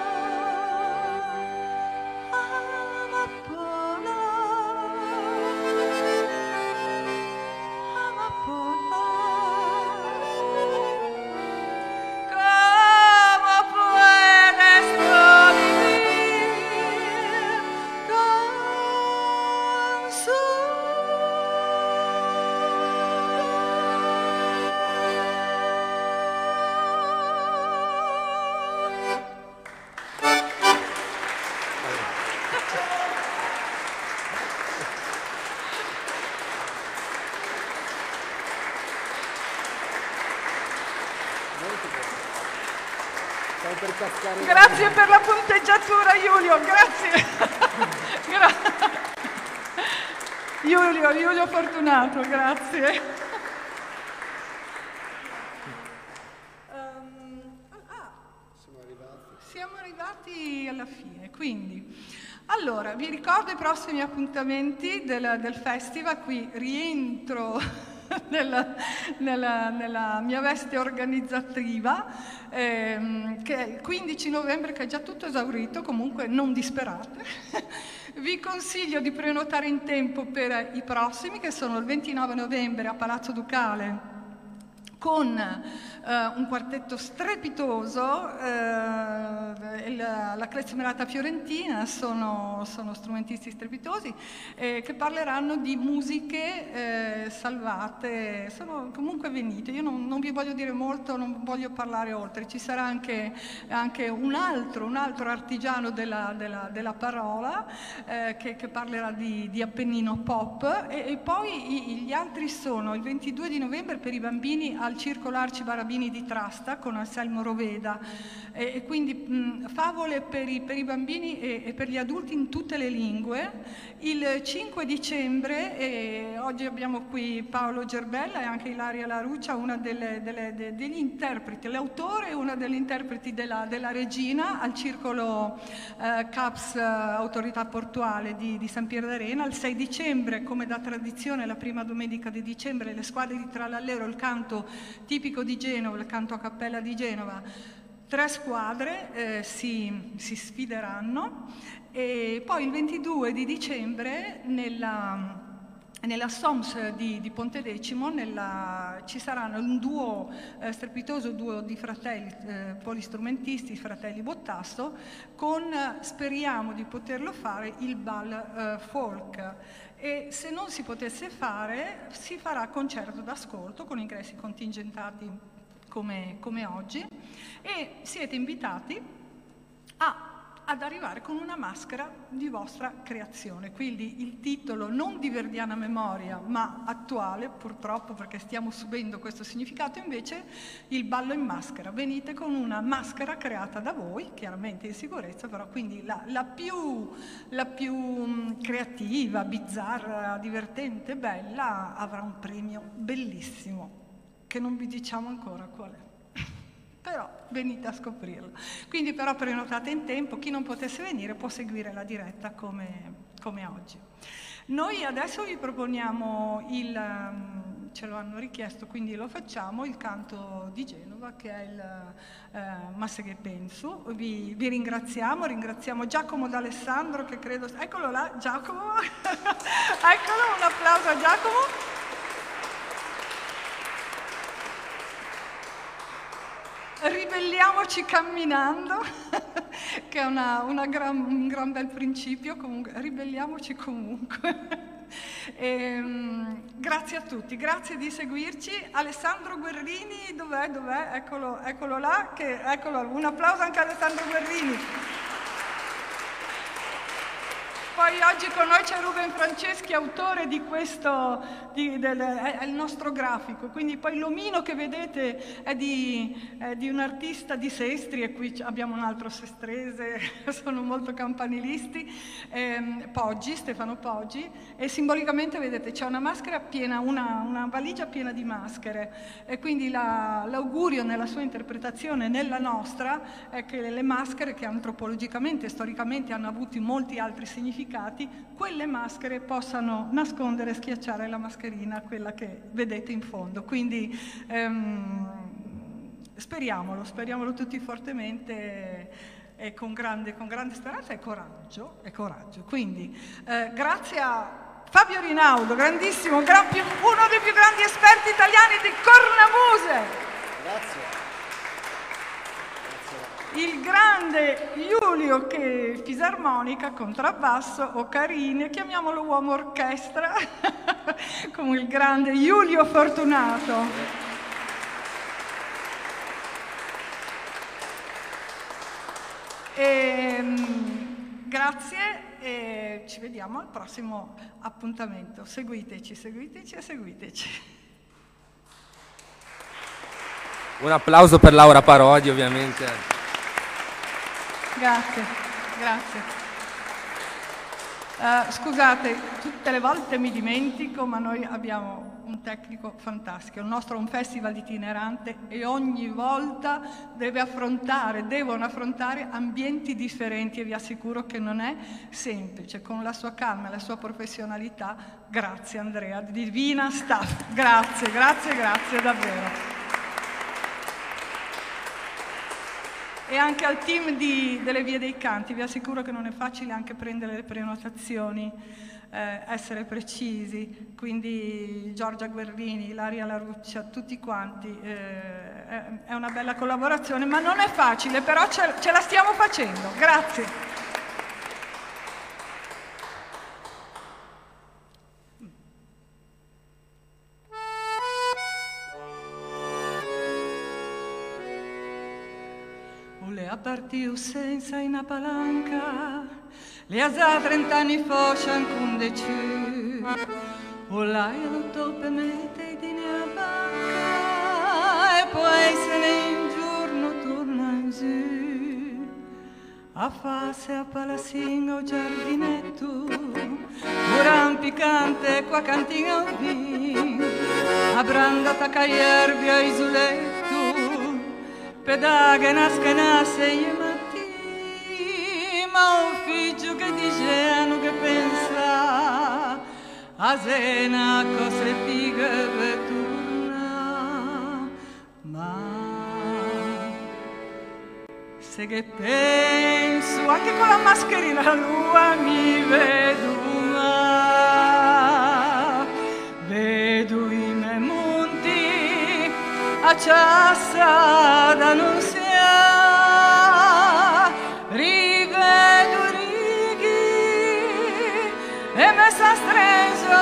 Amapola, ¿cómo puedes tú vivir tan Grazie per la punteggiatura, Giulio, grazie. Giulio Fortunato, grazie. Siamo arrivati alla fine, quindi Allora, vi ricordo i prossimi appuntamenti del festival, qui rientro nella mia veste organizzativa, che è il 15 novembre, che è già tutto esaurito, comunque non disperate. Vi consiglio di prenotare in tempo per i prossimi, che sono il 29 novembre a Palazzo Ducale, con un quartetto strepitoso, la Klezmerata Fiorentina, sono strumentisti strepitosi che parleranno di musiche salvate. Sono comunque venite, io non vi voglio dire molto, non voglio parlare oltre. Ci sarà anche un altro artigiano della parola che parlerà di Appennino Pop, e poi gli altri sono il 22 di novembre per i bambini al Circolo Arci Barabini di Trasta con Anselmo Roveda, e quindi favole per i bambini e per gli adulti in tutte le lingue. Il 5 dicembre, oggi abbiamo qui Paolo Gerbella e anche Ilaria Laruccia, una degli interpreti, l'autore e una delle interpreti della Regina, al Circolo CAPS Autorità Portuale di San Pier d'Arena. Il 6 dicembre, come da tradizione, la prima domenica di dicembre, le squadre di Trallallero, il canto tipico di Genova, il canto a cappella di Genova, 3 squadre si sfideranno. E poi il 22 di dicembre nella SOMS di Pontedecimo ci saranno un duo, strepitoso duo di fratelli polistrumentisti, fratelli Bottasso, con, speriamo di poterlo fare, il bal folk. E se non si potesse fare, si farà concerto d'ascolto con ingressi contingentati come oggi, e siete invitati ad arrivare con una maschera di vostra creazione. Quindi il titolo non di verdiana memoria, ma attuale, purtroppo, perché stiamo subendo questo significato, invece il ballo in maschera. Venite con una maschera creata da voi, chiaramente in sicurezza, però quindi la più creativa, bizzarra, divertente, bella, avrà un premio bellissimo, che non vi diciamo ancora qual è. Però venite a scoprirlo. Quindi però prenotate in tempo, chi non potesse venire può seguire la diretta come oggi. Noi adesso vi proponiamo ce lo hanno richiesto, quindi lo facciamo, il canto di Genova, che è il Masse che penso. Vi ringraziamo Giacomo D'Alessandro, che credo... Eccolo là, Giacomo! Eccolo, un applauso a Giacomo! Ribelliamoci camminando, che è un gran bel principio, comunque, ribelliamoci comunque. Grazie a tutti, grazie di seguirci. Alessandro Guerrini, dov'è? Eccolo là, eccolo, un applauso anche a Alessandro Guerrini. Poi oggi con noi c'è Ruben Franceschi, autore di questo, è il nostro grafico, quindi poi l'omino che vedete è di un artista di Sestri, e qui abbiamo un altro sestrese, sono molto campanilisti, Poggi, Stefano Poggi, e simbolicamente vedete c'è una maschera piena, una valigia piena di maschere, e quindi l'augurio nella sua interpretazione, nella nostra, è che le maschere, che antropologicamente e storicamente hanno avuto molti altri significati, quelle maschere possano nascondere e schiacciare la mascherina, quella che vedete in fondo. Quindi speriamolo tutti fortemente, e con grande speranza e coraggio. Quindi grazie a Fabio Rinaudo, grandissimo, uno dei più grandi esperti italiani di cornamuse. Grazie. Il grande Giulio, che fisarmonica, contrabbasso, ocarine, chiamiamolo uomo orchestra, come il grande Giulio Fortunato. Grazie e ci vediamo al prossimo appuntamento. Seguiteci. Un applauso per Laura Parodi, ovviamente. Grazie. Scusate, tutte le volte mi dimentico, ma noi abbiamo un tecnico fantastico. Il nostro è un festival itinerante e ogni volta devono affrontare ambienti differenti e vi assicuro che non è semplice. Con la sua calma e la sua professionalità, grazie Andrea, divina staff. Grazie, grazie, grazie davvero. E anche al team delle Vie dei Canti, vi assicuro che non è facile anche prendere le prenotazioni, essere precisi, quindi Giorgia Guerrini, Ilaria Laruccia, tutti quanti, è una bella collaborazione, ma non è facile, però ce la stiamo facendo. Grazie. A partiu senza una palanca, le ha già 30 anni fa ancun deciso, o l'hai avuto per mette di a banca, e poi se ne un giorno torna in giù, a farsi a palazzino o giardinetto, ora un piccante qua cantina un vino, a branda tacca erbi a isoletto, pedaghe nasce e matti, ma un figlio che dice che pensa a cena cose fighe per torna, ma se che penso anche con la mascherina lui mi vedo, ma vedo i miei monti a ciassa d'annunziare, rivedo righi e me sa strenzo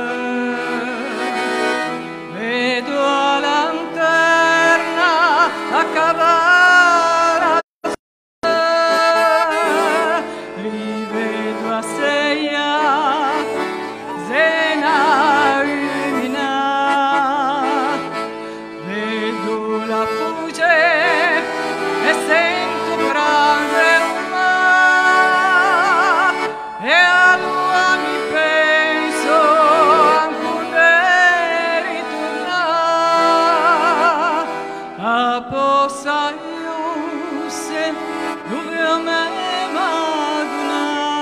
che vedo la lanterna a cavare, rivedo a seia zena illuminata, vedo la fuce e sento grande uma, e allora mi penso ancora ritornare a possa io se dove a me maduna.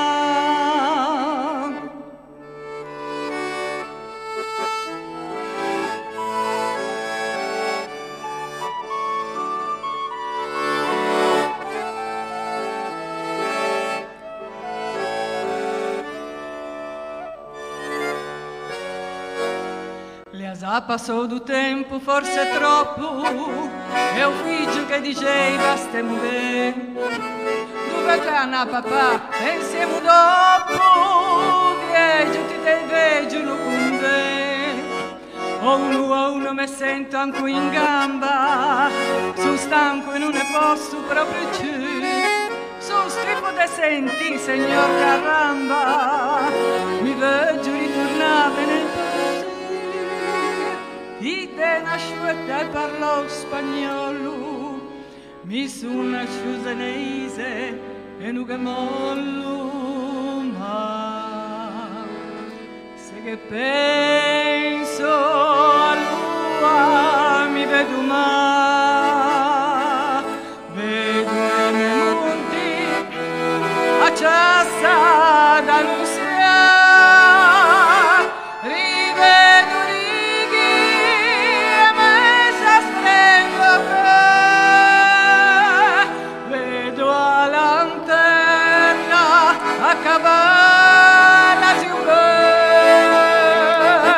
Già passò du tempo, forse troppo, e un figlio che diceva stiamo bene, dove torna papà e insieme dopo, viaggio ti te veggio con te, uno a uno mi sento anche in gamba, sono stanco e non ne posso proprio più, sono strippo de senti, signor caramba, mi veggio ritornare nel paese. Ite nasciuta e parlò spagnolo, mi sono sciusenese e non che mollo, ma se che penso a lui mi vedo ma, vedo i miei monti a ciassa d'annunziare, rivedo a cavalla giù,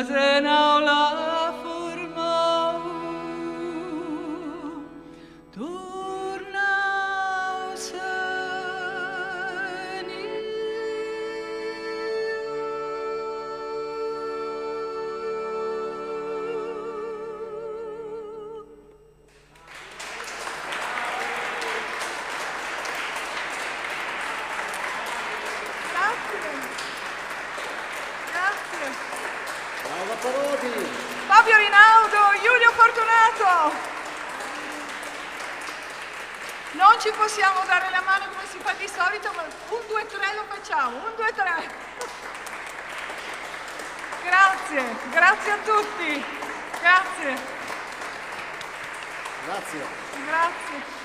Casena la forma torna Fabio Rinaudo, Giulio Fortunato. Non ci possiamo dare la mano come si fa di solito, ma 1, 2, 3 lo facciamo. 1, 2, 3. Grazie, grazie a tutti. Grazie. Grazie. Grazie.